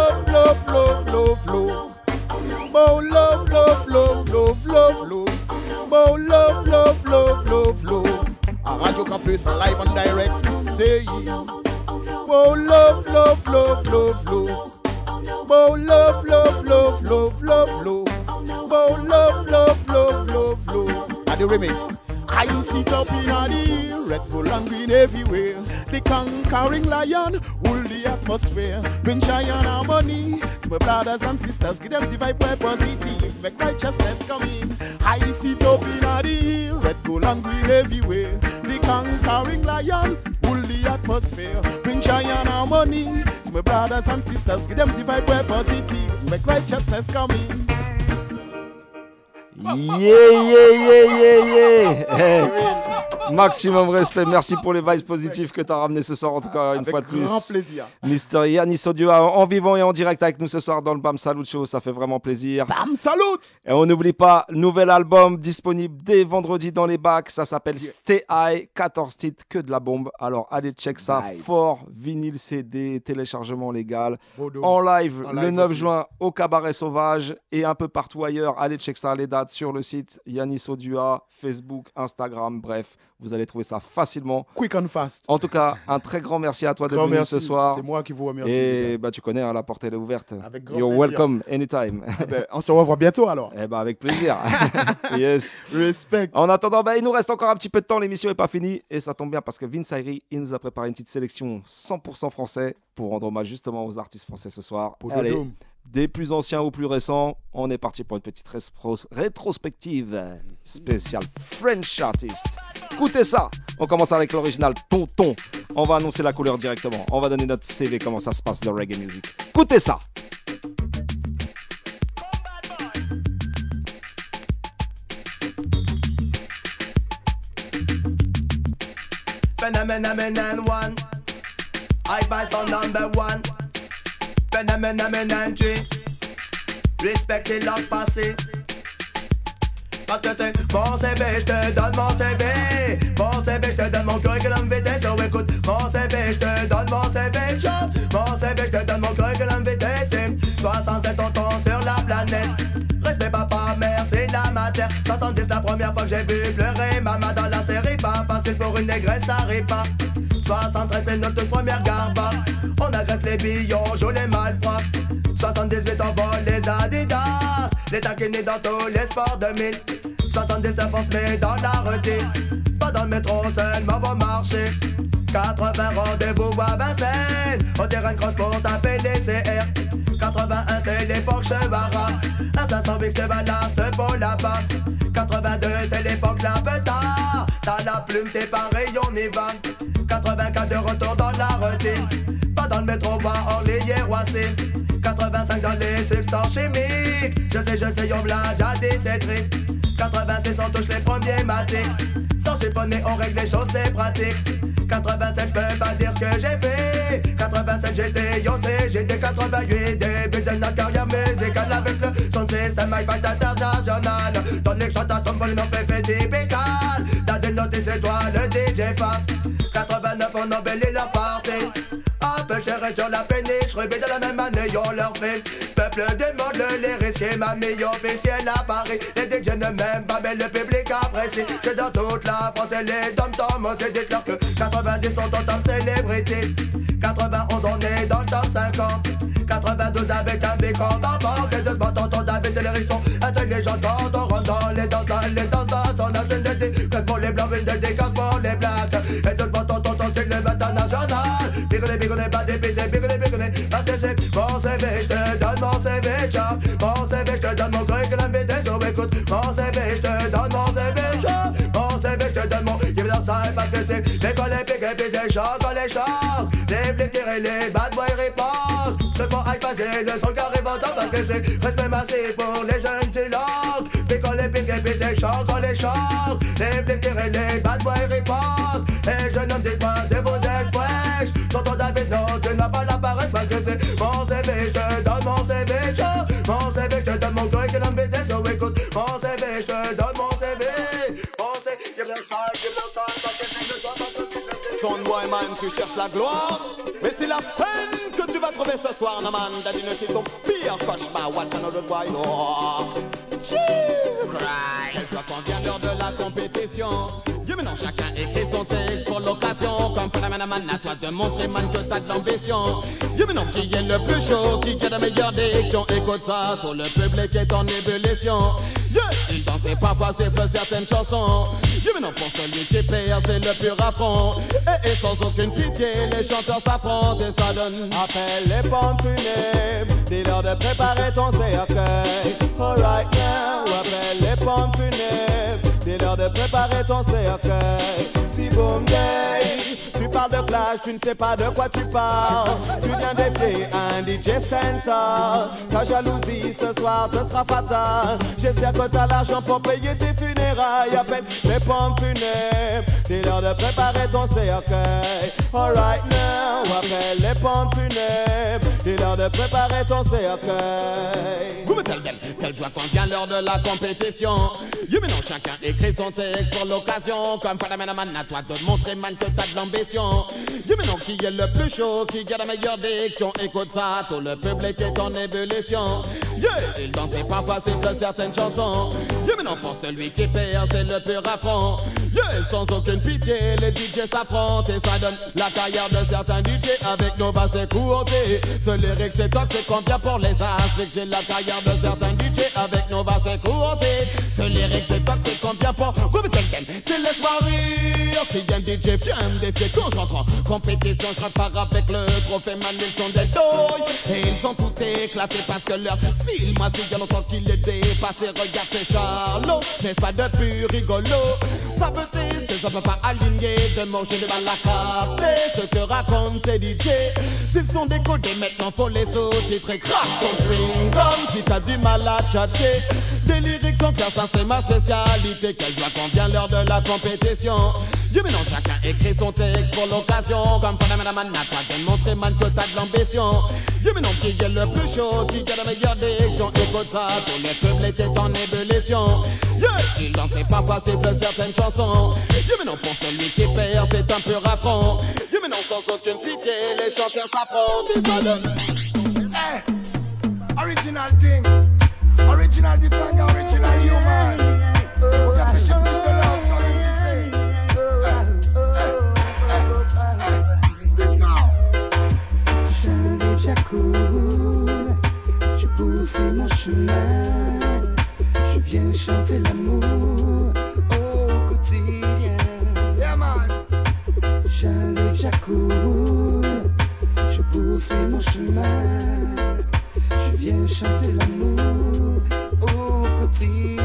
love, love, love, love. More love, love, love, love, love, love. More love, love, love, love, love. A Radio Campus en live and direct, we say. More love, love, love, love, love. More love, love, love, love, love, love. More love, love, love, love, love. And the remix. I sit up in the air, Red Bull and green everywhere. The conquering lion, rule the atmosphere. Bring joy and harmony to my brothers and sisters. Give them the vibe where positive, make righteousness come in. I sit up in the air, Red Bull and green everywhere. The conquering lion, rule the atmosphere. Bring joy and harmony to my brothers and sisters. Give them the vibe where positive, make righteousness come in. Yeah. Maximum respect, merci pour les vibes positifs que tu as ramené ce soir, en tout cas une fois de plus. Avec grand plaisir. Mr. Yannis Odua en vivant et en direct avec nous ce soir dans le Bam Salut Show, ça fait vraiment plaisir. Bam Salut. Et on n'oublie pas, nouvel album disponible dès vendredi dans les bacs, ça s'appelle Stay High, 14 titres, que de la bombe. Alors allez check ça, fort, vinyle CD, téléchargement légal, en live le 9 juin au Cabaret Sauvage et un peu partout ailleurs. Allez check ça, les dates sur le site Yannis Odua, Facebook, Instagram, bref, vous allez trouver ça facilement. Quick and fast. En tout cas, un très grand merci à toi d'être venu ce soir. C'est moi qui vous remercie. Et bah, tu connais, hein, la porte elle est ouverte. Avec grand You're plaisir. welcome anytime. On se revoit bientôt alors. Eh ben, avec plaisir. Yes. Respect. En attendant, il nous reste encore un petit peu de temps, l'émission n'est pas finie. Et ça tombe bien parce que Vince Ayri, il nous a préparé une petite sélection 100% français pour rendre hommage justement aux artistes français ce soir. Allez, des plus anciens aux plus récents, on est parti pour une petite rétrospective spéciale French Artist. Écoutez ça, on commence avec l'original Tonton. On va annoncer la couleur directement. On va donner notre CV, comment ça se passe le reggae music. Écoutez ça. Phenomenon one, I buy son number one. Phenomenon two, respectez leur passé. Parce que c'est mon CV, je te donne mon CV. Mon CV, je te donne mon curriculum vitae. So écoute, mon CV, je te donne mon CV. Chop, mon CV, je te donne mon curriculum vitae. C'est 67 tontons sur la planète. Respect papa, mère, c'est la matière. 70 la première fois que j'ai vu pleurer maman dans la série. Pas facile pour une négresse, ça arrive pas. 73 c'est notre toute première garba. On agresse les billes, on joue les malfroids. 78 on vole les Adidas. Les taquinés dans tous les sports 2000. 79 on se met dans la routine. Pas dans le métro seulement va marcher. 80 rendez-vous à Vincennes. Au terrain de cross pour taper les CR. 81 c'est l'époque Chevara. Un 500 Vix de ballast pour là-bas. 82 c'est l'époque la petard. T'as la plume, t'es pareil, on y va. 84 de retour dans la routine. Pas dans le métro, pas Orly, Roissy. 85 dans les substances chimiques. Je sais, on blague à des, c'est triste. 86 on touche les premiers matiques. Sans chiffonner, on règle les choses, c'est pratique. 87 je peux pas dire ce que j'ai fait. 87 j'étais yoncé, j'étais 88. Début de notre carrière musicale avec le son système hi-fi international. Dans les chants à tombe, on fait typical. T'as dénoté c'est toi le DJ face. 89 on embellit leur party. Un peu cher sur la péniche, rubé de la même année, on leur fait. Peuple demande les risques et mamie officielle à Paris. Les DJ ne m'aiment pas, mais le public apprécie. C'est dans toute la France et les dom-toms, on s'est dit clair que 90 sont en top célébrité. 91 on est dans le top 50. 92 avec un bécor d'enfant. C'est de devant tonton David et les rissons intelligents quand on rentre dans les danses, on a scène de thé. Que pour les blancs, une de décasse pour les blacks. Et de devant tonton, c'est le international. Bigoné, pas dépisé, bigoné. Parce que c'est mon CV, je te donne mon CV, ciao. Mon CV, je te donne mon curriculum vitae, so écoute. Mon CV, je te donne mon CV, ciao. Mon CV, je te donne mon give dans ça, parce que c'est l'école épique et puis c'est chaud quand les chants. Les flics et les bad boys répondent. Le fond high passer le son carré menton, parce que c'est respect massif pour les jeunes silences. L'école épique et puis c'est chaud quand les chants. Les flics et les bad boys répondent. Et je nomme des points, c'est vous êtes fraîches. Tonton David, non, tu n'as pas la paresse, parce que c'est mon CV, je te donne mon CV, ciao. Mon CV, je te donne mon curriculum vitae, so écoute. Mon CV, je te donne mon CV. Mon CV, give them style, parce que c'est le soir, parce que c'est boy man, tu cherches la gloire. Mais c'est la peine que tu vas trouver ce soir, no man. Daddy ne quitte ton pire cauchemar. What another boy, oh. Cheers. Right. Ça convient l'heure de la compétition. Dieu maintenant chacun écrit son texte pour l'occasion. Comme man, à toi de montrer man que t'as de l'ambition. Dieu maintenant qui est le plus chaud, qui a la meilleure diction. Écoute ça, tout le public est en ébullition. Yeah. Il dansait parfois siffle certaines chansons. Dieu maintenant pour celui qui perd c'est le pur affront. Et sans aucune pitié les chanteurs s'affrontent et ça donne. Appelle les pompes funèbres, dis-leur de préparer ton cercueil. Alright now, appelle les pompes funèbres, dis-leur de préparer ton cercueil. Si boom day, tu parles de plage, tu ne sais pas de quoi tu parles. Tu viens défier un DJ Stanza. Ta jalousie ce soir te sera fatale. J'espère que t'as l'argent pour payer tes funérailles. Appelle les pompes funèbres, dis-leur de préparer ton cercueil. Alright now, appelle les pompes funèbres, dis-leur de préparer ton cercueil. Vous me quelle joie quand vient l'heure de la compétition. You maintenant chacun écrit son texte pour l'occasion. Comme man, à toi de montrer man que t'as de l'ambition. You maintenant qui est le plus chaud, qui a la meilleure diction. Écoute ça, tout le public est en ébullition. Yeah, il dansait parfois siffle certaines chansons. You maintenant pour celui qui perd c'est le pur affront. Yeah, sans aucune pitié les DJ s'affrontent et ça donne la carrière de certains DJ avec nos basses écourtées. Ce lyrique c'est toxique combien pour les asphyxier la carrière de certains DJ avec nos basses écourtées. Ce lyrique c'est toxique combien pour c'est laisse-moi rire. Si un DJ vient me défier quand j'entre en compétition, je repars avec le trophée man, ils sont des douilles. Et ils sont tout éclatés parce que leur style, moi c'est bien longtemps qu'il les dépasse. Et regarde ces Charlots, n'est-ce pas de plus rigolo? Ça peut tester, ça peut pas aligner de manger devant la carte. Ce que racontent ces DJ, s'ils sont décodés maintenant faut les sous-titrer. Crash ton chewing gum si t'as du mal à tchatcher. Des lyrics sans faire ça c'est ma spécialité. Quelle joie quand vient l'heure de la compétition. Dieu maintenant chacun écrit son texte pour l'occasion. Comme man, à toi de montrer man que t'as de l'ambition. Dieu maintenant qui est le plus chaud, qui a la meilleure diction. Écoute ça, tout le public est en ébullition. Yeah, il dansait parfois siffle certaines chansons. Dieu maintenant pour celui qui perd c'est un pur affront. Dieu maintenant sans aucune pitié les chanteurs s'affrontent et ça donne. Hey, original thing, original different, original human. We got to ship plus de love, comme tu sais. J'arrive, j'accours, je pousse mon chemin. Je viens chanter l'amour au quotidien. Yeah, man. J'arrive, j'accours, je pousse mon chemin. Je viens chanter l'amour au quotidien.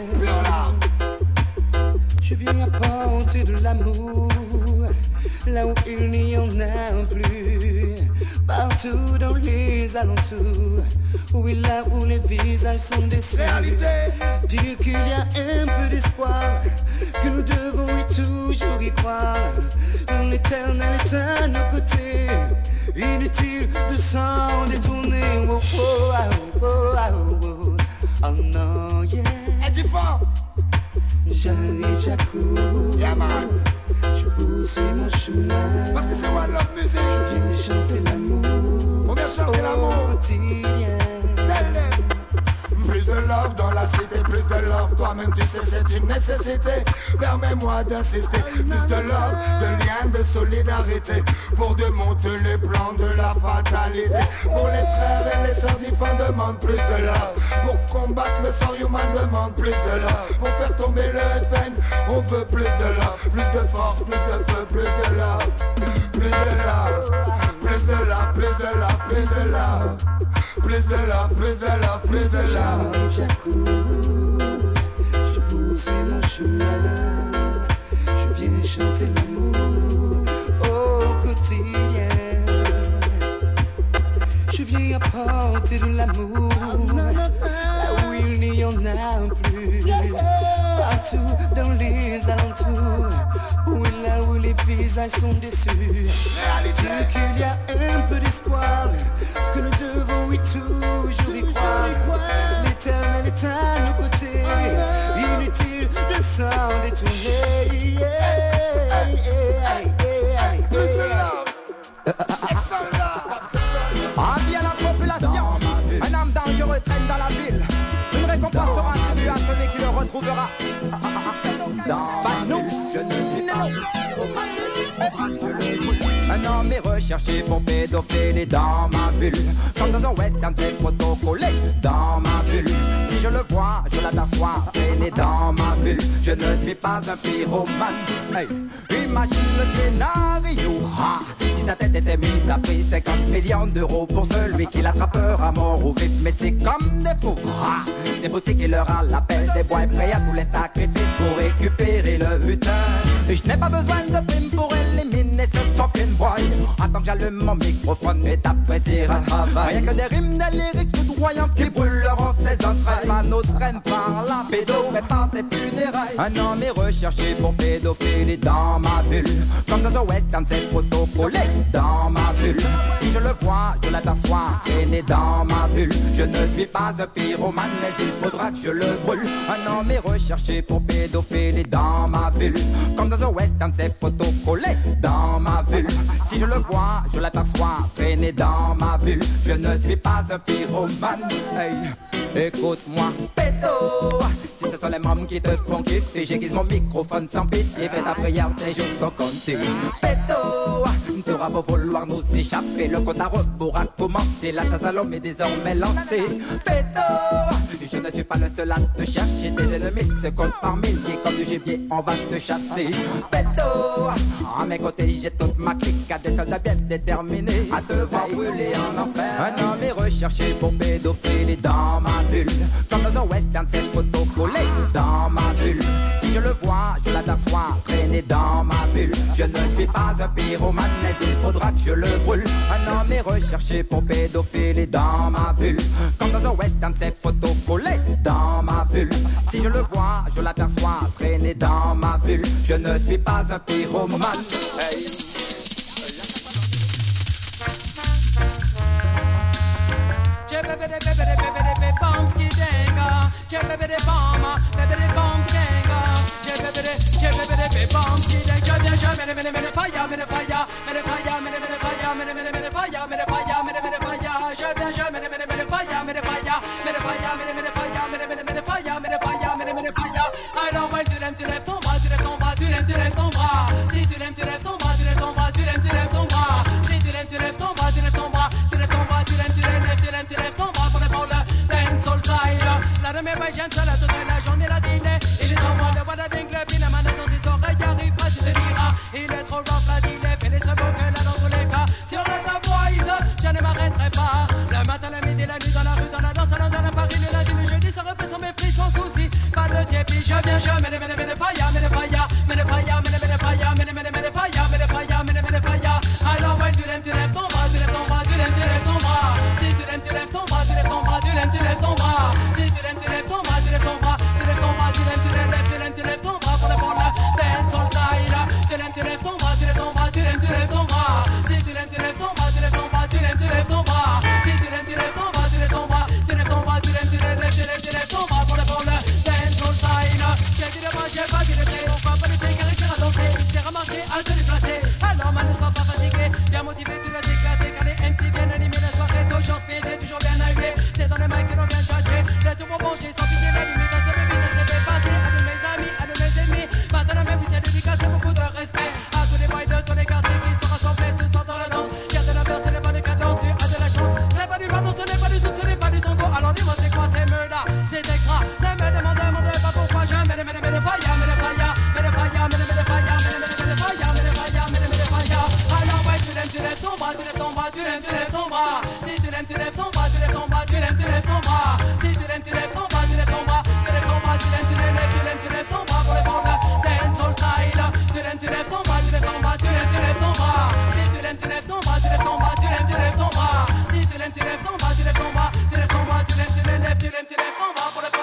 Je viens apporter de l'amour là où il n'y en a plus. Partout dans les alentours, oui là où les visages sont déçus. Dire qu'il y a un peu d'espoir, que nous devons y toujours y croire. L'éternel est à nos côtés, inutile de s'en détourner. Oh oh oh oh oh oh, oh non yeah. Et fort. J'arrive, j'accours, yeah, man. Je pousse mon chemin. Parce que c'est One Love Music. Je viens chanter l'amour. On vient chanter l'amour au quotidien. Plus de love dans la cité, plus de love. Toi-même tu sais c'est une nécessité. Permets-moi d'insister. Plus de love, de lien, de solidarité. Pour démonter les plans de la fatalité. Pour les frères et les sœurs d'Ifan demande plus de love. Pour combattre le sang humain demande plus de love. Pour faire tomber le FN, on veut plus de love. Plus de force, plus de feu, plus de love. Plus de love, plus de love, plus de love, plus de love. Plus de love, plus de love, plus de love. J'accours, je pousse mon chemin. Je viens chanter l'amour au quotidien. Je viens apporter de l'amour là où il n'y en a plus. Partout dans les alentours, où est là où les visages sont déçus. Dire qu'il y a un peu d'espoir, que nous devons y toujours y croire. L'éternel est à nos côtés, inutile de s'en détourner. trouveras dans ma bulle. Je ne suis pas un homme est recherché pour pédophilie dans ma bulle. Comme dans un western, c'est protocolé dans ma bulle. Si je le vois, je l'aperçois traîner dans ma bulle. Je ne suis pas un pyromane. Hey. Imagine le scénario. Si sa tête était mise à prix 50 millions d'euros pour celui qui l'attrapera mort ou vif. Mais c'est comme des pauvres. Des boutiques et leur à l'appel, des bois prêts à tous les sacrifices pour récupérer le butin. Et je n'ai pas besoin de prime pour éliminer ce fucking boy. Attends que j'allume mon microphone et t'apprécier un travail. Rien que des rimes, des lyrics foudroyants qui brûleront ses entrailles. Mano traîne par la pédo, prépare tes funérailles. Un homme est recherché pour pédophilie dans ma bulle. Comme dans un western, c'est protocolé dans ma bulle. Si je le vois, je l'aperçois traîner dans ma bulle. Je ne suis pas un pyromane, mais il faudra que je le brûle. Un homme est recherché pour pédophilie dans ma bulle. Comme dans un western, c'est photocollé dans ma bulle. Si je le vois, je l'aperçois traîner dans ma bulle. Je ne suis pas un pyromane. Hey, écoute-moi, pédo. Si ce sont les mômes qui te font kiffer, j'aiguise mon microphone sans pitié. Fais ta prière, tes jours sont comptés. Pédo, t'auras beau vouloir nous échapper, le compte à rebours a commencé. La chasse à l'homme est désormais lancée. Pédo, je ne suis pas le seul à te chercher. Tes ennemis se comptent par milliers, comme du gibier, on va te chasser. Pédo, à mes côtés j'ai toute ma clique, à des soldats bien déterminés à te voir brûler en enfer. Un homme est recherché pour pédophilie dans ma bulle. Comme dans un western, c'est photocollé dans ma bulle. Si je le vois, je l'aperçois traîner dans ma bulle. Je ne suis pas un pyromane, mais il faudra que je le brûle. Un homme est recherché pour pédophilie dans ma bulle. Comme dans un western, c'est photocollé dans ma bulle. Si je le vois, je l'aperçois traîner dans ma bulle. Je ne suis pas un pyromane. Hey. Alors ouais, tu l'aimes, tu lèves ton bras, tu lèves ton bras, tu l'aimes, tu lèves ton bras. Si tu l'aimes, tu lèves ton bras, tu lèves ton bras, tu l'aimes, tu lèves ton bras. Si tu l'aimes, tu lèves ton bras, tu lèves ton bras, tu lèves ton bras, tu l'aimes, tu l'aimes, tu l'aimes, tu lèves ton bras pour le dancehall style. La de mes boys, j'aime ça, la toute la journée, la dîner. Il est en moi, le wada dingue, le pin, manette dans ses oreilles, arrive pas, tu te diras. Il est trop rough, la dîner, fais les secondes que là dans tous les cas. Si on est un boys, je ne m'arrêterai pas. Le matin, la midi, la nuit, dans la rue, dans la danse, dans la Paris, le lundi, le jeudi, ça refait sans mépris, sans souci. Pas de dépit, je viens, je mets les faya, mets les faya, mets les faya, mets les faya, mets les faya, mets les faya, mets les faya. Alors ouais, tu l'aimes, tu lèves ton bras, tu lèves ton bras, tu l'aimes, tu lèves ton bras. Si tu l'aimes, tu lèves ton bras, tu lèves ton bras, tu l'aimes, tu lèves ton bras. Si tu l'aimes, tu lèves ton bras, tu lèves ton bras, tu lèves ton bras, tu l'aimes, tu lèves, tu lèves ton bras pour le dancehall style. Tu l'aimes, tu lèves ton bras, tu lèves ton bras, tu l'aimes, tu lèves ton bras. Si tu l'aimes, tu lèves ton bras, tu lèves ton bras, tu l'aimes, tu lèves ton bras. Si tu l'aimes, tu lèves ton bras, tu lèves ton bras, tu lèves ton bras, tu l'aimes, tu lèves ton bras pour le dancehall style. J'ai dit de moi, j'ai pas dit de thé, on va pas le thé, car il sert à danser, il sert à marcher, à te déplacer. Alors man, ne sois pas fatigué, bien motivé, tu l'as déclaté, car les MC viennent animer la soirée, toujours speed et toujours bien arrivé. C'est dans les mics que l'on vient chercher, le tout pour manger, sans pitié, la limite, on se fait vite, on se fait passer. À tous mes amis, à tous mes ennemis, maintenant même, c'est dédicace, beaucoup de respect. À tous les boys de tous les quartiers qui sont rassemblés ce soir dans la danse. Y'a de la peur, ce n'est pas des cadences, tu as de la chance. C'est pas du pardon, ce n'est pas du soute, ce n'est pas du tango. Alors dis-moi, c'est quoi, c'est murder, c'est extra. Ne me demande pas pourquoi je mets les faya, mets les faya, mets les faya, mets les faya, mets les faya, mets les faya, mets les faya. Alors ouais, tu lèves ton bras, tu lèves ton bras, tu lèves, tu lèves ton bras. Si tu l'aimes, tu lèves ton bras, tu lèves ton bras, tu lèves, tu lèves ton bras. Si tu l'aimes, tu lèves ton bras, tu lèves ton bras, tu lèves ton bras, tu lèves, tu lèves, tu lèves ton bras pour le dancehall style. Tu l'aimes, tu lèves ton bras, tu lèves ton bras, tu lèves, tu lèves ton bras. Si tu l'aimes, tu lèves ton bras, tu lèves ton bras, tu lèves, tu lèves ton bras. Si tu l'aimes, tu lèves ton bras, tu lèves ton bras, tu lèves ton bras, tu lèves, tu lèves, tu lèves ton bras pour le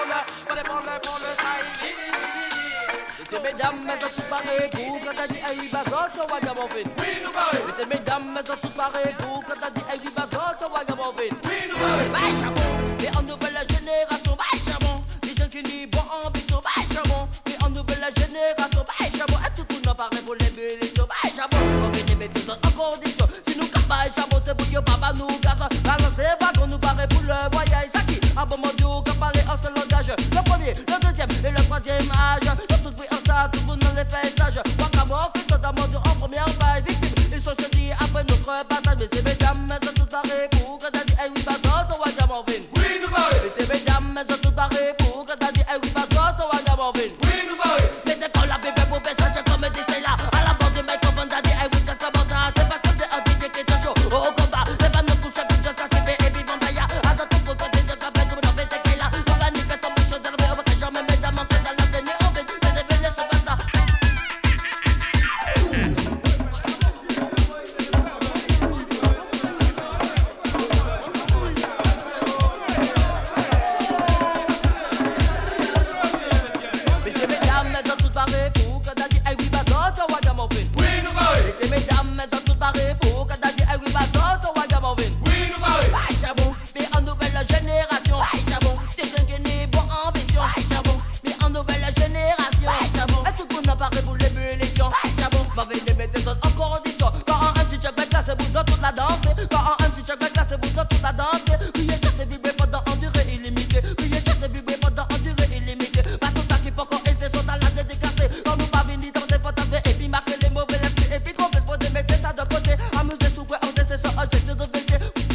style. Laissez mesdames, elles ont tout paré pour quand t'as dit aïe, bazote, on va y avoir fait. Oui, nous parlons. Laissez mesdames, elles ont tout paré pour quand t'as dit aïe, bazote, on va y avoir fait. Oui, nous parlons. Bye, charbon. Mais en nouvelle génération, bye, charbon. Les jeunes qui n'y vont en ambition, bye, charbon. Mais en nouvelle génération, bye, charbon. Et tout le monde en parle pour les munitions, bye, charbon. On vient les mettre tout en condition. Si nous casse, bye, charbon, c'est bouillon, papa nous casse. Balancer, va qu'on nous paraît pour le voyage. Ça qui, à bon moment, on parle en seul langage. Le premier, le deuxième. et le troisième âge. Tout bruit en ça, tout le monde dans les paysages. Wakamok, ils sont amendus en première page. Victime, ils sont choisis après notre passage. Mais c'est mesdames, elles sont toutes barrées pour que t'as dit, hey oui, pas ça, toi, Gamovin. Oui, nous barrés. Mais c'est mesdames, elles sont toutes barrées pour que t'as dit, hey oui, pas ça, toi, Gamovin. Oui, nous barrés. Mais dès qu'on l'a bébé pour baisser, j'ai comme dit, c'est là. À la bande du microphone, t'as dit, hey oui, just la bande. C'est pas que c'est un DJ qui est chaud au combat. C'est pas notre couche, just la CP et puis Bombaya. Attends, tout pour passer de café, tout le monde fait qu'il a. On va niquer son bouchon de l'envers, on va que jamais mesdames, on fait dans la tenue, on fait des événements, c'est pas ça. Pour que t'as dit, hey oui, bah ça, toi, Wagamovin. Oui, nous barrés. Et c'est mesdames, elles ont tout barré pour que t'as dit, hey oui, bah ça, toi, Wagamovin. Oui, nous barrés. Aïe, chabon, mais en nouvelle génération. Aïe, chabon, c'est jeune qui n'est bon ambition. Aïe, chabon, mais en nouvelle génération. Aïe, chabon, et tout le monde apparaît pour l'ébullition. Aïe, chabon, ma veille de mettre tes autres en condition. Quand un petit check back là, c'est vous toute la danse. Quand un petit check back là, c'est vous toute la danse. Oui, et ça, c'est vibré pendant en durée illimitée. Oui, et ça, c'est vibré pendant en durée illimitée. Pas tout ça qui peut encore essayer son talent de décasser. Quand nous pas venir dans ces fantasmes et puis marquer les mauvais esprits. Et puis trop fait pour mettre ça de côté. Amuser sous quoi, on sait c'est ça, objectif de métier.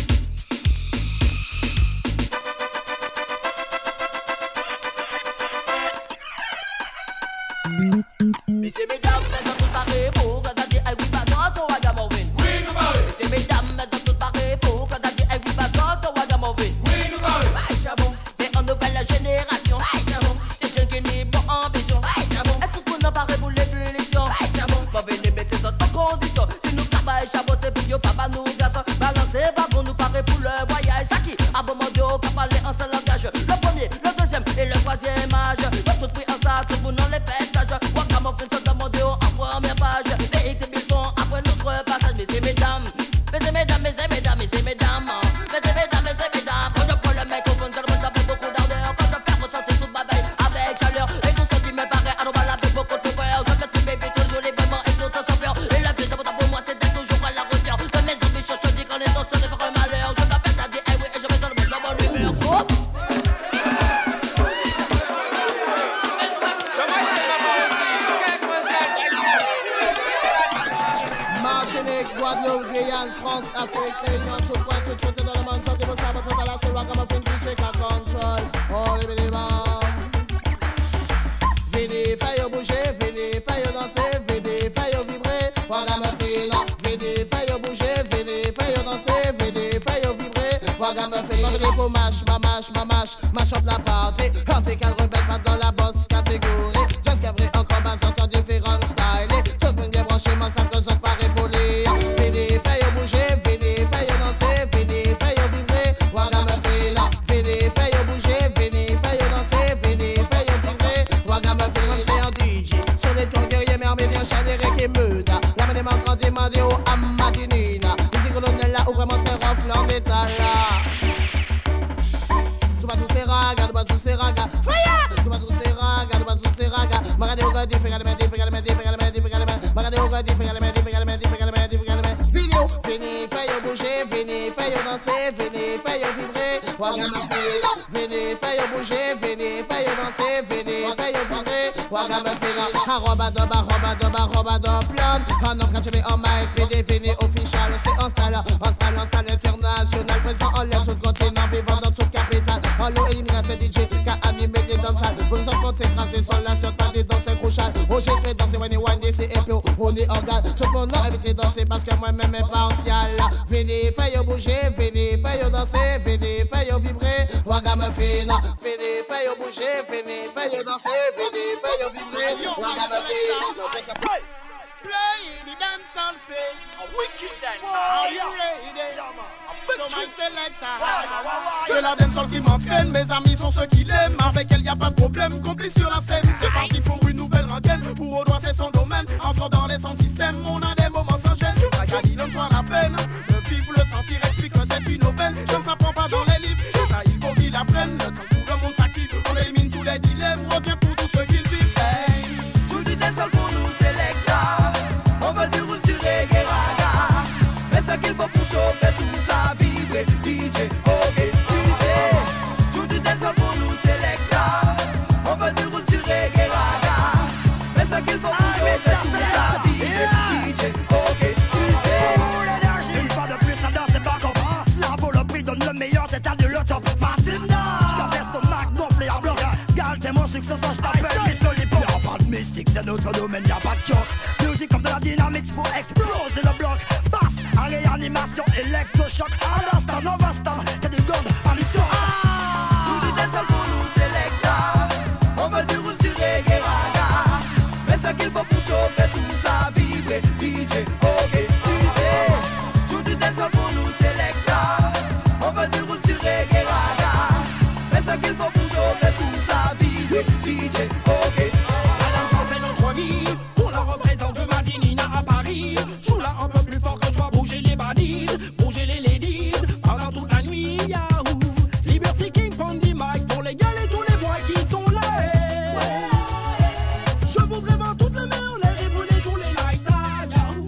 Mais c'est mesdames, elles ont tout barré pour que t'as dit, hey oui, pas ça, toi, Wagamovin. Oui, nous barrés. Mais c'est mesdames, elles ont tout barré pour que t'as dit, hey oui, pas ça, toi, Wagamovin. Oui, nous barrés. Aïe, chabon, t'es en nouvelle génération. Aïe, chabon, t'es jeune qui n'est pas ambition. Aïe, chabon, et tout le monde apparaît pour l'ébullition. Aïe, chabon, ma venez mettre tes autres en condition. Si nous travaillons, chabon, c'est pour yo, papa, nous, garçons. Balancer, wagon, nous paraît pour le voyage. Ça qui, à bon mondiaux, qu'à parler en seul langage. Le premier, le deuxième et le troisième âge. Tout pris en ça, tout le monde dans les festages. Wagamovin, tout le monde en première page. Véhicule Bilton après notre passage. Mais c'est mesdames, mais c'est mesdames, mais c'est mesdames, mais c'est mesdames. Mais c'est mesdames, mais c'est mesdames. Quand je prends le microphone, je le avec beaucoup d'ardeur. Quand je fais ressentir toute ma veille avec chaleur. Et tout ce qui me paraît anormal avec beaucoup de peur. Je fais tout bébé, toujours les vraiment et tout sans peur. Et la plus importante pour moi, c'est d'être toujours à la hauteur de mes ambitions. Je dis qu'on est dans ce n'est pas un malheur. Je m'appelle, t'as dit, eh oui, et je vais dans le monde dans mon numéro. Martinique, Guadeloupe, Guyane, France, Afrique, Réunion, tout point, tout côté dans le monde, sortez vos sabots, tout à la seule Ragamuffin qui check à contrôle. Oh, les bénévents. Venez, fais-yo bouger, venez, fais-yo danser, venez, fais-yo vibrer. Ragamuffin, venez, fais-yo bouger, venez, fais-yo danser, venez, fais-yo vibrer. Ragamuffin, venez pour mâche, mash up la partie. Antique, elle rebelle, pas dans la bosse catégorie. Just qu'après, encore bas, encore différents styles. Tout le monde bien branché, moi, ça que sont pas épaulés. Venez, fais-yo bouger, venez, fais-yo danser, venez, fais-yo vibrer. Ragamuffin, venez, fais-yo bouger, venez, fais-yo danser, venez, fais-yo vibrer. Ragamuffin, c'est un DJ. Sur les tours guerriers, mais arméniens, chalérés qui meudent. La main des mains quand demandé au Amadinina. Ici, colonel là, ou vraiment très rough, l'en détail là. Tu vas tous ces ragas, tu vas tous ces ragas. Fire! Tu vas tous ces ragas, tu vas tous ces ragas. Magade au gadi, fais le medi, fais le medi, fais le medi, fais le medi. Magade au gadi, fais le medi, fais le medi, fais le medi, fais le medi. Vidéo, venez, fais-yo bouger, venez, fais-yo danser, venez, fais-yo vibrer. Ragamuffin, venez, fais-yo bouger, venez, fais-yo danser, venez, fais-yo vibrer. Ragamuffin, arroba doba, plan. Un homme quand tu mets en mic, venez, venez, official. C'est un style international. Présent en l'air, tout continent, vivant dans toute capitale. En l'eau, éliminateur DJ, qu'a animé des dansales. Vous nous entendez écraser sur la sur pas des danses crouchales. Oh, j'espère danser, when you wind, c'est et puis on est en garde. Tout le monde a invité danser parce que moi-même est partial. Venez, fais-yo bouger, venez, fais-yo danser, venez, fais-yo vibrer. Ragamuffin, venez, fais-yo bouger, venez, fais-yo danser, venez, fais-yo vibrer. Ragamuffin. Play the dancehall, say a wicked dancehall. Are you ready? So my selector. C'est la dancehall qui m'entraîne. Mes amis sont ceux qui l'aiment. Avec elle y a pas de problème. Complice sur la scène. C'est parti pour une nouvelle rengaine. Pour au doigt c'est son domaine. Entre dans les sons système. On a des moments sans gêne. Ça gagne, donne soit la peine. De vivre le sentir explique que c'est une aubaine. Je ne s'apprend pas dans les livres. Et ça il faut qu'ils apprennent. Le temps où le monde s'active. On élimine tous les dilemmes. Revient pour tous ceux qui le vivent. Hey, joue du dancehall pour nous selecta. On veut du roux sur reggae raga. Mais ce qu'il faut pour chauffer tout ça, vibrer, DJ, ok, tu sais. Joue du dancehall pour nous selecta. On veut du roux sur reggae Mystique c'est notre domaine, y'a pas de choc. Musique comme de la dynamite pour exploser le bloc. Basse à réanimation, électrochoc. À l'instant, non bastant, c'est du gomme à mi-temps. Tout du dancehall pour nous Selecta. On veut du roux sur reggae raga. Mais ce qu'il faut pour chauffer tout ça vibrer. DJ, ok, tu sais. Tout du dancehall pour nous Selecta. On veut du roux sur reggae raga. Mais ce qu'il faut pour chauffer tout ça vibrer. DJ, ok. La dansance c'est notre vie. On la représente de Madinina à Paris. Joue là un peu plus fort que je vois bouger les balises, bouger les ladies pendant toute la nuit. Yahoo! Liberty King prend du mic pour les gars et tous les boys qui sont là. Je voudrais voir toutes les mains en l'air et brûler tous les lights. Yahoo!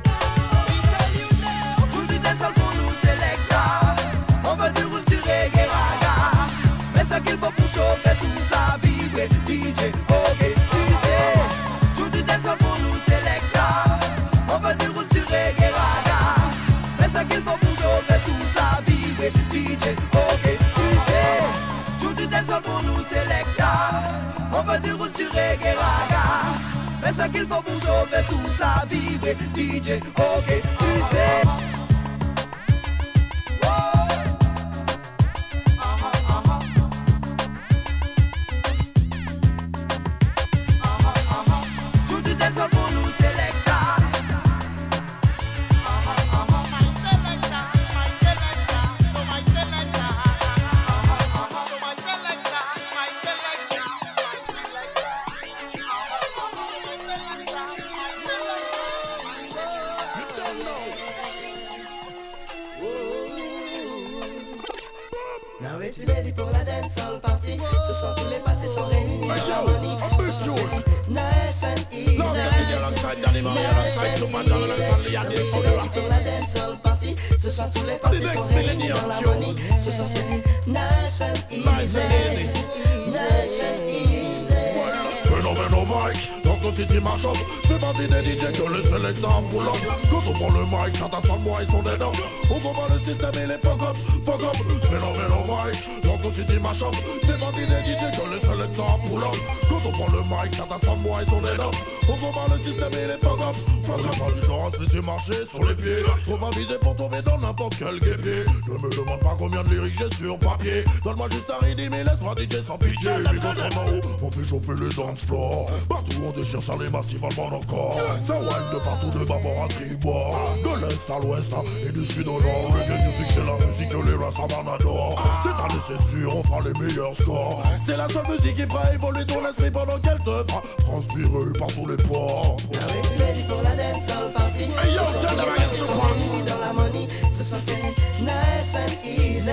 Tout du dancehall pour nous Selecta. On veut du roux sur reggae raga. Mais ce qu'il faut pour chauffer tout ça vibrer. DJ, ok, tu sais. Tout du dancehall pour nous Selecta. On veut du roux sur reggae raga. Mais ce qu'il faut pour chauffer tout ça vibrer. DJ, ok, tu sais. Tout du dancehall pour nous Selecta. On veut du roux sur reggae raga. Mais ce qu'il faut pour chauffer tout ça vibrer. DJ, ok, tu sais. Tout du dancehall pour nous Selecta. Now it's ready pour la dancehall party. Ce soir tous les passés sont réunis dans l'harmonie. Nice and easy. Pour la dancehall party. Ce soir tous les passés sont réunis dans l'harmonie. Ce soir c'est nice and easy. Nice and easy. Phénoméno Mike, donc City marche up. J'fais partie des DJ que les Selecta en pull up. Quand on prend le mic, certains sans moi ils sont des dents. On combat le système et les fuck up, fuck up. Phénoméno Mike, donc City marche up. J'fais partie des DJ que les Selecta en pull up. Quand on prend le mic, certains sans moi ils sont des dents. On combat le système et les fuck up, fuck up. Pas du genre à se laisser marcher sur les pieds. Trop avisé pour tomber dans n'importe quel guépier. Ne me demande pas combien de lyriques j'ai sur papier. Donne-moi juste un rythme et laisse-moi DJ sans pitié. Puis dans son haut, on fait chauffer les dance floor. Partout on déchire ça les massifs allemands encore. Ça wine de partout de bâbord à tribord. De l'est à l'ouest et du sud au nord. Le game music c'est la musique que les Rastaman adorent. Cette année c'est sûr on fera les meilleurs scores. C'est la seule musique qui fera évoluer ton esprit pendant qu'elle te fera transpirer par tous les ports. Now it's ready pour la dancehall party. Hey yo, Ce soir tous les passés sont réunis dans l'harmonie. Ce soir c'est nice and easy.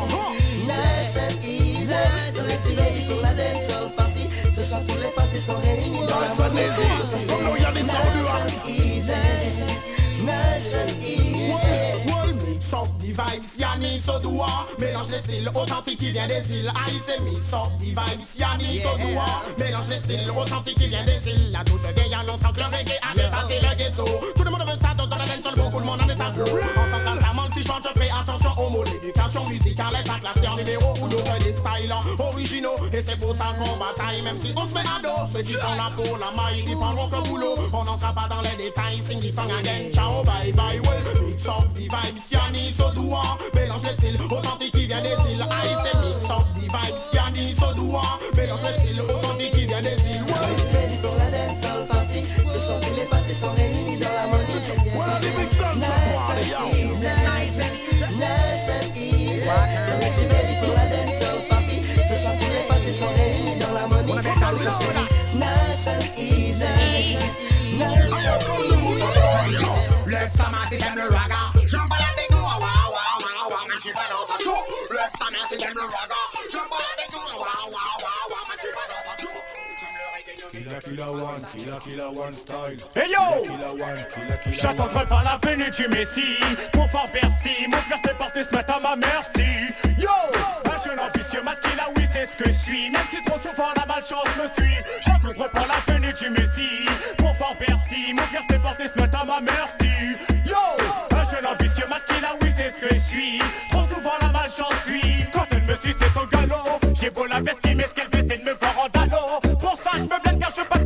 Nice and easy. Now it's ready pour la dancehall party. Ce soir tous les passés sont réunis dans l'harmonie. Ce soir c'est nice and easy. Nice and easy. Mix of the vibes, Yanni Sodoua. Mélange les styles authentiques qui vient des îles. Aïe, c'est mix of the vibes, Yanni Sodoua. Mélange les styles authentiques qui vient des îles. La douce vieille annonce que le reggae a dépassé le ghetto. Tout le monde veut ça dans la dancehall, beaucoup de monde en est à flot. En tant qu'ensemble, si je chante, je fais attention au mot. L'éducation musicale est à classer en numéro ou d'autres des styles originaux. Et c'est pour ça qu'on bataille, même si on se met à dos. Ceux qui sont là pour la maille, ils prendront que boulot. On n'entre pas dans les détails, sing the song again, ciao, bye bye, well. Mix of the vibes, Yanni Sodoua. Mélange les styles authentiques qui vient des îles. Aïe, c'est mix of the vibes, Yanni Sodoua. Mélange les styles authentiques qui vient des îles. Ready pour la dancehall party. Ce soir tous les passés sont réunis dans l'harmonie. Ce soir c'est nice and easy. Nice and easy. Now it's ready pour la dancehall party. Ce soir tous les passés sont réunis dans l'harmonie. Ce soir c'est nice and easy. Nice and easy. Lève ta main si t'aimes le raga. J'en balade avec nous, waouh, waouh, waouh, mais tu vas dans sa tour. Lève ta main si t'aimes le raga. J'en balade avec nous, waouh, waouh, waouh, mais tu vas dans sa tour. Killa one style. Hey yo! J'attendrai pas la venue du Messie pour faire versi. Mon cœur s'est porté ce matin, ma merci. Yo! Un jeune ambitieux masqué là, oui, c'est ce que je suis. Même si trop souvent la malchance me suit. J'attendrai pas la venue du Messie pour faire versi. Mon cœur s'est porté ce matin, ma merci. Yo! Un jeune ambitieux masqué là, oui, c'est ce que je suis. Trop souvent la malchance suit. Quand elle me suit, c'est au galop. J'ai beau la baisse qui met ce qu'elle fait, c'est de me voir en dallo. Pour ça, je me blâme car je veux pas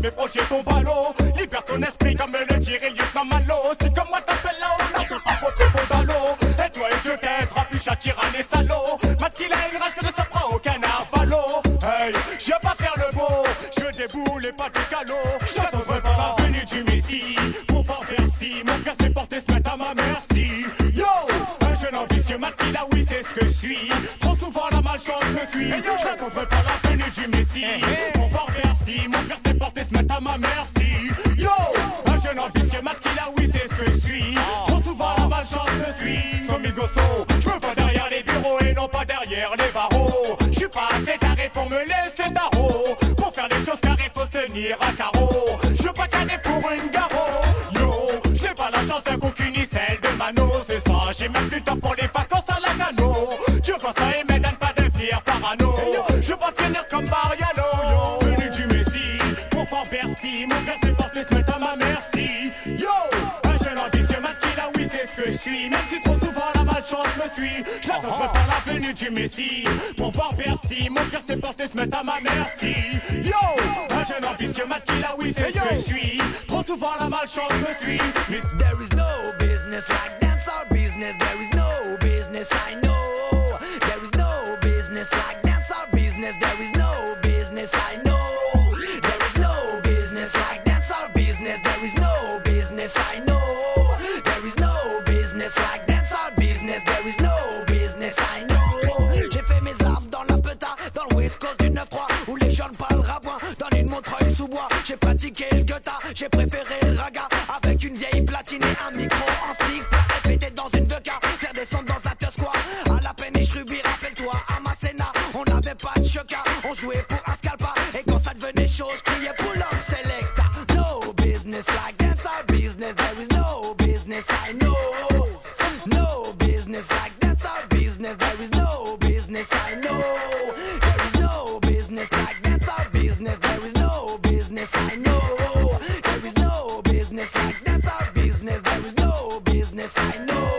fais projeter ton ballot. Libère ton esprit comme le dirait lieutenant Malo. Si comme moi t'appelles là-haut, là t'es pas trop beau dans l'eau. Et toi et Dieu t'aidera plus châtir à les salauds. Matt qu'il a une rage que ne se prend aucun avalo. Hey, je viens pas faire le beau, je déboule et pas de calot. J'attendrai pas la venue du Messie pour voir Bercy. Mon cœur s'est porté ce matin à ma merci. Yo, un jeune ambitieux masqué là oui c'est ce que je suis. Trop souvent la malchance me suit. J'attendrai pas la venue du Messie pour voir Bercy. Mon cœur s'est porté ce matin à ma merci. Yo, un jeune ambitieux masqué là oui c'est ce que je suis. Trop souvent la malchance me suit. Son migosso, je me vois derrière les bureaux et non pas derrière les barreaux. Je suis pas assez taré pour me laisser tarot. Pour faire des choses carrées faut se tenir à carreau. Je veux pas caler pour une garo. Yo, je n'ai pas la chance d'un coup ni celle de Mano. C'est ça, j'ai même plus de temps pour les vacances à la cano. Dieu voit ça et m'aide à ne pas devenir parano. Je veux pas finir comme Mariano. Yo, venu du Messie pour faire Bercy. Mon cœur s'est porté ce matin ma merci. Yo, un jeune ambitieux masqué là oui c'est ce que je suis. Même si trop souvent la malchance me suit. Je n'attendrai pas la venue du Messie pour voir Bercy. Mon cœur s'est porté ce matin ma merci. Yo, un jeune ambitieux masqué là oui c'est ce que je suis. Trop souvent la malchance me suit. Mais there is no business like that's our business. There is no business I know. There is no business like that's our business. There is no business I know. There is no business like that's our business. There is no business I know. There is no business like that's our business. There is no business I know. J'ai fait mes armes dans la peta, dans le West Coast du 9-3 où les jeunes parlent rabouin. Dans une Montreuil sous bois, j'ai pratiqué le guetta, j'ai préféré le raga avec une vieille platine et un micro en stick. Répéter dans une VK, faire descendre dans un Tusquois. À la péniche Ruby, rappelle-toi, à Masséna, on n'avait pas de choca, on jouait pour un scalpa. Et quand ça devenait chaud, je criais pull up selecta. No business like that's our business. There is no business I know. No business like that's our business. There is no business I know. There is no business like that's our business. There is no business I know. There is no business like that's our business. There is no business I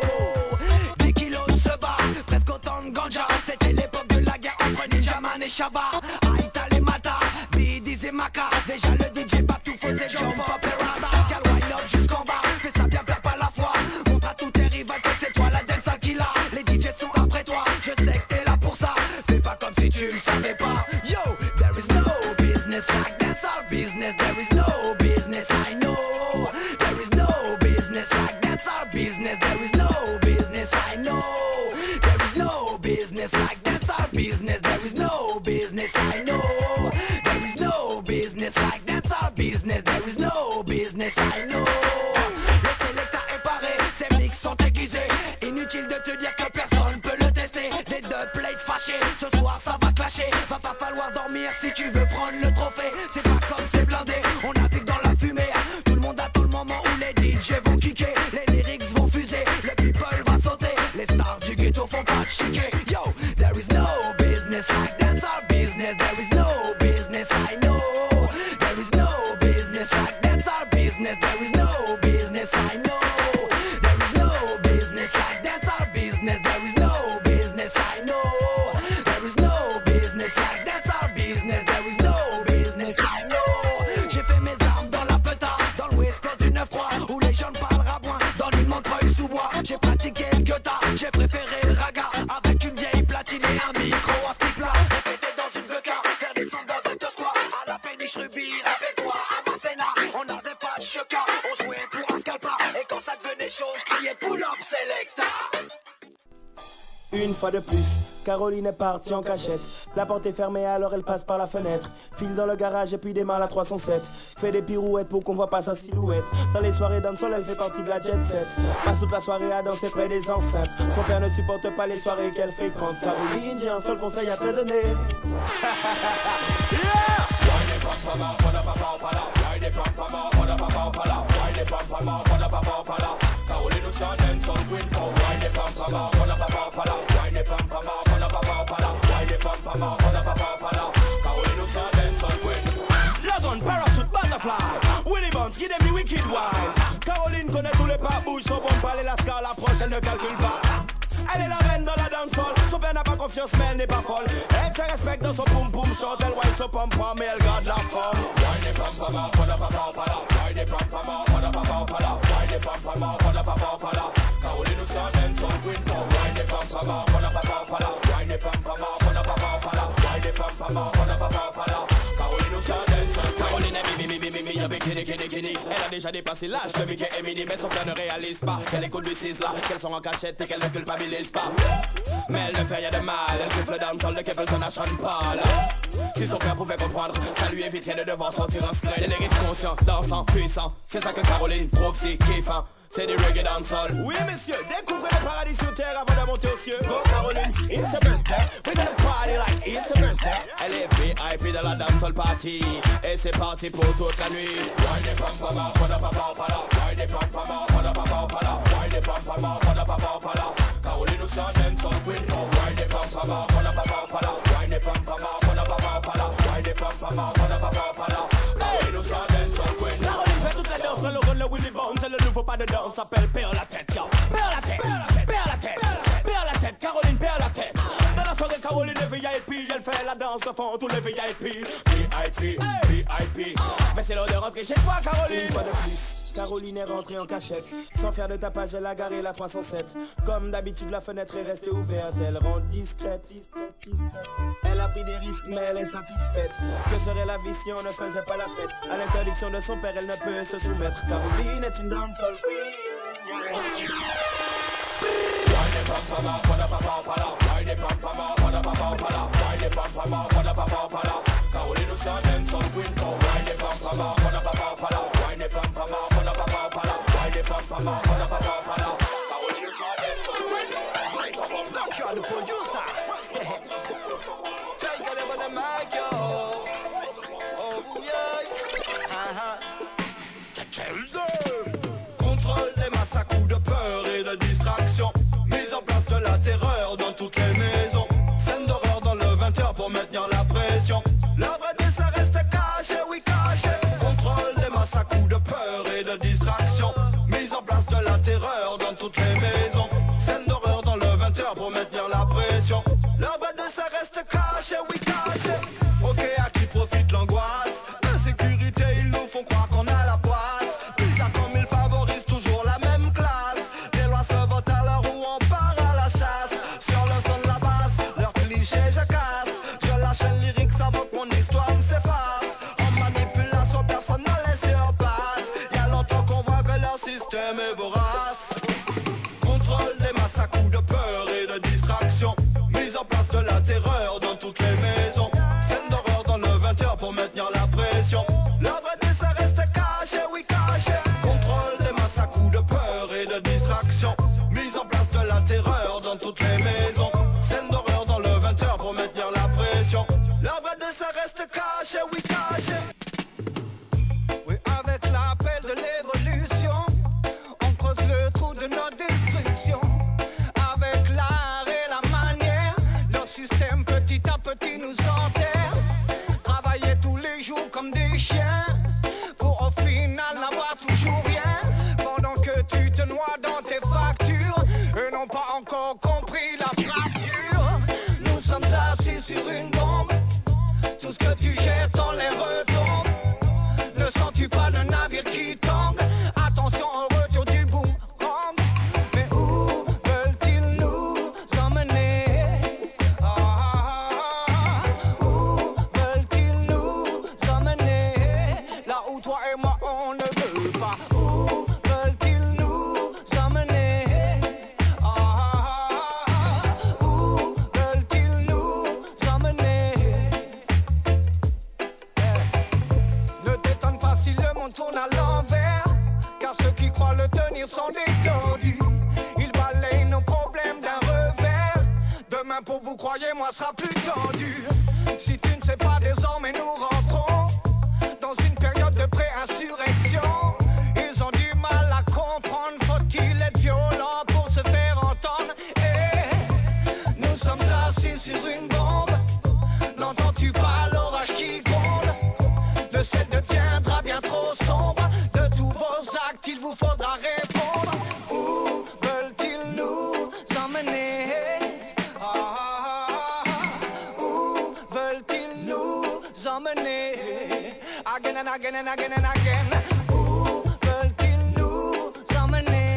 know. Des kilos de se bat, presque autant de ganja. C'était l'époque de la guerre entre Ninjaman et Shabba. Aïta les Mata, Bidis et Maka. Déjà le DJ pas tout faisait jump up et rasa. Gal wind up jusqu'en bas, fais ça bien, perds pas la foi. Montre à tous tes rivales que c'est toi la dancehall qui l'a. Les DJ sont après toi, je sais que t'es là pour ça. Fais pas comme si tu le savais pas. Yo, there is no business like that's our business. There is no business I know. There is no business like that's our business. There is no business I know. There is no business like that's our business. There is no business I know. There is no business like that's our business. There is no business I know. Le sélecta est paré, ses mix sont aiguisés. Inutile de te dire que personne peut le tester. Les deux plates fâchés, ce soir ça va clasher. Va pas falloir dormir si tu veux prendre le trophée. C'est pas comme c'est blindé, on navigue dans la fumée. Tout le monde attend le moment où les DJ vont kicker. Les lyrics vont fuser, le people va sauter. Les stars du ghetto font pas de chiquer. Yo, there is no business like that's our business. There is no business I know. There is no business like that's our business. There is no business I know. There is no business like that's our business. There is no business I know. There is no business like that's our business. There is no business I know. J'ai fait mes armes dans la peta, dans le West Coast du 9-3 où les jeunes parlent rabouin. Dans l'île Montreuil sous bois, j'ai pratiqué le guetta, j'ai préféré le raga avec une vieille platine et un micro en stick plat. Répéter dans une VK, faire descendre dans un Tusquois. À la péniche Ruby, rappelle-toi, à Masséna, on n'avait pas de choca, on jouait pour un scalpa. Et quand ça devenait chaud, je criais pull up selecta. Une fois de plus, Caroline est partie en cachette. La porte est fermée alors elle passe par la fenêtre. File dans le garage et puis démarre la 307. Fait des pirouettes pour qu'on voit pas sa silhouette. Dans les soirées dancehall elle fait partie de la jet set. Passe toute la soirée à danser près des enceintes. Son père ne supporte pas les soirées qu'elle fréquente. Caroline, j'ai un seul conseil à te donner. Caroline aussi en dancehall queen for why they pam pam on a papa pala why they pam pam on a papa pala why they pam pam on a papa pala Caroline aussi en dancehall queen. Lagon, parachute, butterfly Willy Bones, give them the wicked wine. Caroline connaît tous les pas, bouge son bon palais, la scar l'approche, elle ne calcule pas. Elle est la reine dans la dancehall. Son père n'a pas confiance mais elle n'est pas folle. Elle se respecte dans son poum poum short. Elle wine son pom pom mais elle garde la forme. Why they pam pam pam, pala pam, pala. Caroline nous sort dancehall queen for wine the pam pam, pala pam, pala. Wine the pam pam, pala pam, pala. Wine the pam pam, pala pam, pala. Caroline nous sort dancehall. Caroline est y'a bikini. Elle a déjà dépassé l'âge de Mickey et Minnie, mais son cœur ne réalise pas qu'elle écoute du Sizzla, qu'elles sont en cachette et qu'elle ne culpabilise pas. Mais elle ne fait rien de mal, elle kiffe le dancehall de Capleton à Sean Paul. Si son cœur pouvait comprendre, ça lui éviterait de devoir sortir un scred. Des lyrics conscients, dansants, puissants, c'est ça que Caroline trouve si kiffant. C'est du reggae dancehall. Oui messieurs, découvrez le paradis sur terre avant de monter aux cieux. Go Caroline, it's your birthday. We gonna party like it's your birthday. Elle est VIP de la dancehall party. Et c'est parti pour toute la nuit. Wine the pam pam, pala pam pala. Wine the pam pam, pala pam pala. Wine the pam pam, pala pam pala. Caroline nous sort dancehall queen for wine the pam pam, pala pam pala. Wine the pam pam, pala pam pala. Wine the pam pam, pala pam pala. Caroline nous sort dancehall queen. Caroline fait toute la danse, le rôle le Willy Bones, c'est le nouveau pas de danse. On s'appelle Père la tête, yo. Père la tête, père la tête, père la tête, Caroline perd la tête. Dans la soirée, Caroline est VIP, elle fait la danse de fond, tous les VIP. VIP. Mais c'est l'heure de rentrer chez toi, Caroline. Une fois de plus, Caroline est rentrée en cachette. Sans faire de tapage, elle a garé la 307. Comme d'habitude, la fenêtre est restée ouverte. Elle rentre discrète. Elle a pris des risques, mais elle est satisfaite. Que serait la vie si on ne faisait pas la fête? À l'interdiction de son père, elle ne peut se soumettre. Caroline est une dancehall queen. Caroline nous sort dancehall queen for wine the pam pam, pala pam pala. Wine the pam pam, pala pam pala. Wine the pam pam, pala pam pala. Caroline nous sort dancehall queen. Knock you out the producer. Take a level the mic, yo. Oh yeah. Contrôle des masses à coups de peur et de distraction. Mise en place de la terreur dans toutes les maisons. Scène d'horreur dans le 20h pour maintenir la pression. La vraie ça reste caché, oui caché. Contrôle des masses à coups de peur et de distraction. Mise en place de la terreur dans toutes les maisons. Scène d'horreur dans le 20h pour maintenir la pression. La vraie ça reste caché, oui caché. Ok, à qui profite l'angoisse? L'insécurité, ils nous font croire qu'on a la poisse. Bizarre comme ils favorisent toujours la même classe. Des lois se votent à l'heure où on part à la chasse. Sur le son de la basse, leurs clichés je casse. Je lâche un lyrique avant que mon histoire ne s'efface. En manipulation personnelle et sur place. Y'a longtemps qu'on voit que leur système est vorace. Contrôle des masses à coups de peur et de distraction. Mise en place de la terreur dans toutes les maisons. Scène d'horreur dans le 20h pour maintenir la pression. La vraie ça reste caché, oui caché. Contrôle des masses à coups de peur et de distraction. Mise en place de la terreur dans toutes les maisons. Scène d'horreur dans le 20h pour maintenir la pression. La vraie ça reste caché, oui caché. Oui, avec l'appel de l'évolution, on creuse le trou de notre destruction. Avec l'art et la manière, leur système petit à petit nous enterre. Travailler tous les jours comme des chiens, pour au final n'avoir toujours rien. Pendant que tu te noies dans tes factures, et n'ont pas encore compris la fracture. Nous sommes assis sur une bombe, tout ce que tu jettes on les retombe. Ne sens-tu pas le navire qui tangue? Attention au retour du boomerang. Mais où veulent-ils nous emmener? Où veulent-ils nous emmener? Là où toi et moi on ne veut pas. Où veulent-ils nous emmener? Où veulent-ils nous emmener? Ne t'étonne pas si le monde tourne à l'envers, car ceux qui croient le tenir sont des tordus. Ils balayent nos problèmes d'un revers. Demain pour vous, croyez-moi, sera plus tendu. Si tu ne sais pas, désormais nous rentrons dans une période de pré-insurrection. Ils ont du mal à comprendre, faut-il être violent pour se faire entendre? Et nous sommes assis sur une bombe. N'entends-tu pas l'orage qui gronde? Le ciel deviendra bien trop sombre. De tous vos actes, il vous faudra répondre. Où veulent-ils nous emmener? Où veulent-ils nous emmener? Again and again and again and again. Où veulent-ils nous emmener?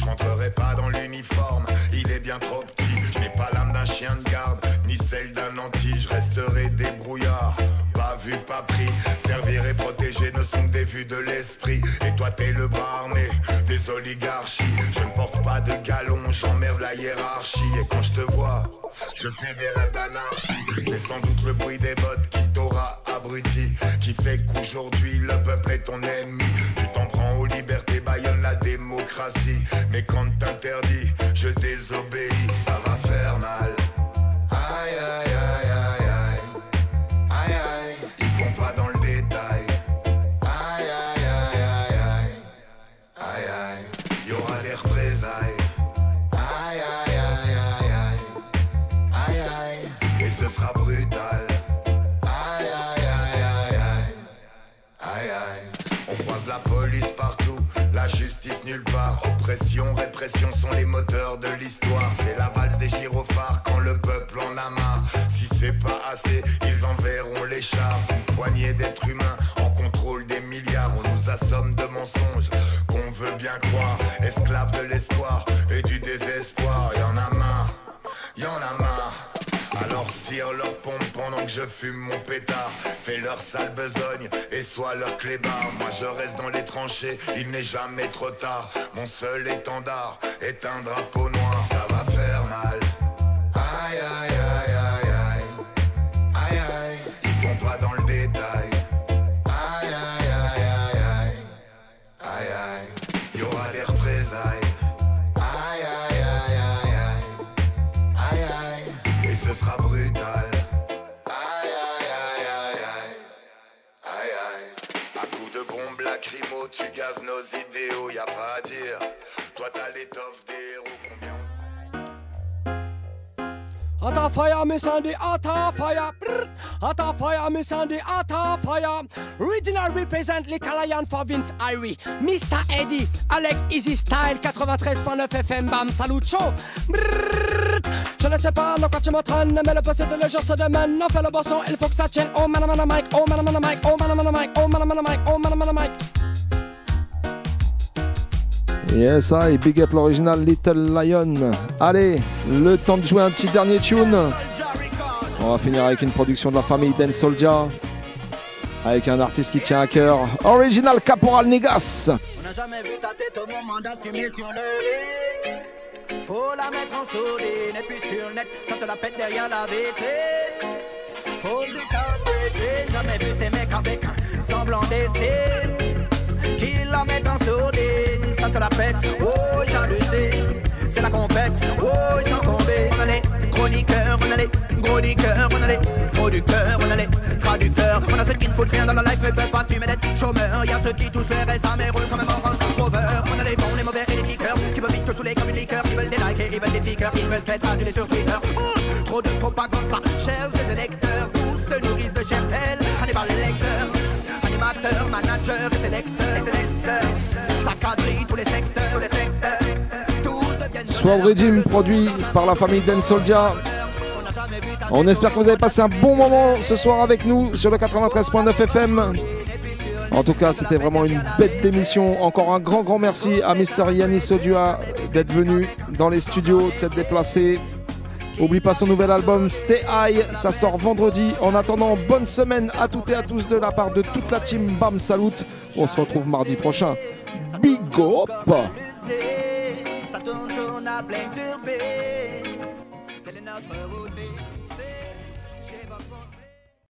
rentrerai pas dans l'uniforme, il est bien trop petit. Je n'ai pas l'âme d'un chien de garde, ni celle d'un anti. Je resterai débrouillard, pas vu, pas pris. Servir et protéger ne sont que des vues de l'esprit. Et toi t'es le bras armé des oligarchies. Je ne porte pas de galon, j'emmerde la hiérarchie. Et quand je te vois, je fais des rêves d'anarchie. C'est sans doute le bruit des bottes qui t'aura abruti, qui fait qu'aujourd'hui le peuple est ton ennemi. Tu t'en prends aux libertés, bâillonne la démocratie. Mais quand t'interdis, je désobéis. Ça va faire mal. Aïe aïe aïe aïe aïe. Aïe aïe, ils font pas dans le détail. Aïe aïe aïe aïe aïe. Aïe aïe, y'aura des représailles. Aïe aïe aïe aïe aïe. Aïe aïe, et ce sera brutal. Aïe aïe aïe aïe aïe. Aïe aïe, on croise la police partout, la justice nulle part. Oppression, répression sont les moteurs de l'histoire. C'est la valse des gyrophares quand le peuple en a marre. Si c'est pas assez, ils enverront les chars. Une poignée d'êtres humains en contrôle des milliards. On nous assomme de mensonges qu'on veut bien croire. Esclaves de l'espoir et du désespoir. Y'en a marre, y'en a marre. Alors cire leur pompe pendant que je fume mon pétard. Fais leur sale besogne et sois leur clébard. Moi je reste dans les tranchées, il n'est jamais trop tard. Mon seul étendard est un drapeau noir. Ça va faire mal. Aïe aïe aïe aïe aïe. Aïe aïe, ils font pas dans le détail. Aïe aïe aïe aïe aïe. Aïe aïe, y'aura des représailles. Aïe aïe aïe aïe aïe. Aïe aïe, et ce sera brutal. Aïe aïe aïe aïe aïe. Aïe aïe. À coups de bombes lacrymo, tu gazes nos idéaux, y a pas à dire. Toi t'as l'étoffe des héros, combien? Hot fire, Miss Andy, hot fire. Hot fire, Miss Andy, hot fire. Original represent Lion for Vince Irie. Mr. Eddie, Alex Easy Style, 93.9 FM, bam, salut, chaud. Je ne sais pas dans quoi tu m'entraînes, mais le passé de le jour se demande. On fait le bon son, il faut que ça tienne. Oh man, man, Mike, oh man, man, Mike, oh man, man, Mike, oh man, man, Mike, oh man, man, Mike. Yes, I, big up l'original Little Lion. Allez, le temps de jouer un petit dernier tune. On va finir avec une production de la famille Dan Soldier, avec un artiste qui tient à cœur, Original Caporal Niggas. On n'a jamais vu ta tête au moment d'assumer sur le ring. Faut la mettre en sourdine et puis sur le net, ça se la pète derrière la vitrine. Faut du temps, j'ai jamais vu ces mecs avec un semblant d'estime. Qui la mettent en sourdine, ça se la pète, oh jalousie. C'est la compète, oh ils sont tombés. On a les chroniqueurs, on a les chroniqueurs, on a les producteurs, on a les traducteurs. On a ceux qui ne foutent rien dans la life mais peuvent pas assumer d'être chômeurs. Y'a ceux qui touchent les RSA mais roulent quand même en range rover. On a les bons, les mauvais et les kickers qui peuvent vite te saouler comme une liqueur. Ils veulent des likes et ils veulent des piqueurs, ils veulent être adulés sur Twitter. Trop de propagande, ça cherche des électeurs. Tous se nourrissent de cheptel, Hannibal lecteur. Animateur, manager et sélecteur. Ça quadrille tous les secteurs. Sword Regime, produit par la famille Dan Soldier. On espère que vous avez passé un bon moment ce soir avec nous sur le 93.9 FM. En tout cas, c'était vraiment une bête d'émission. Encore un grand merci à Mr. Yannis Odua d'être venu dans les studios, de s'être déplacé. Oublie pas son nouvel album Stay High, ça sort vendredi. En attendant, bonne semaine à toutes et à tous de la part de toute la team Bam Salut. On se retrouve mardi prochain. Big up. Ça tourne à plein turbine. Quelle est notre routine?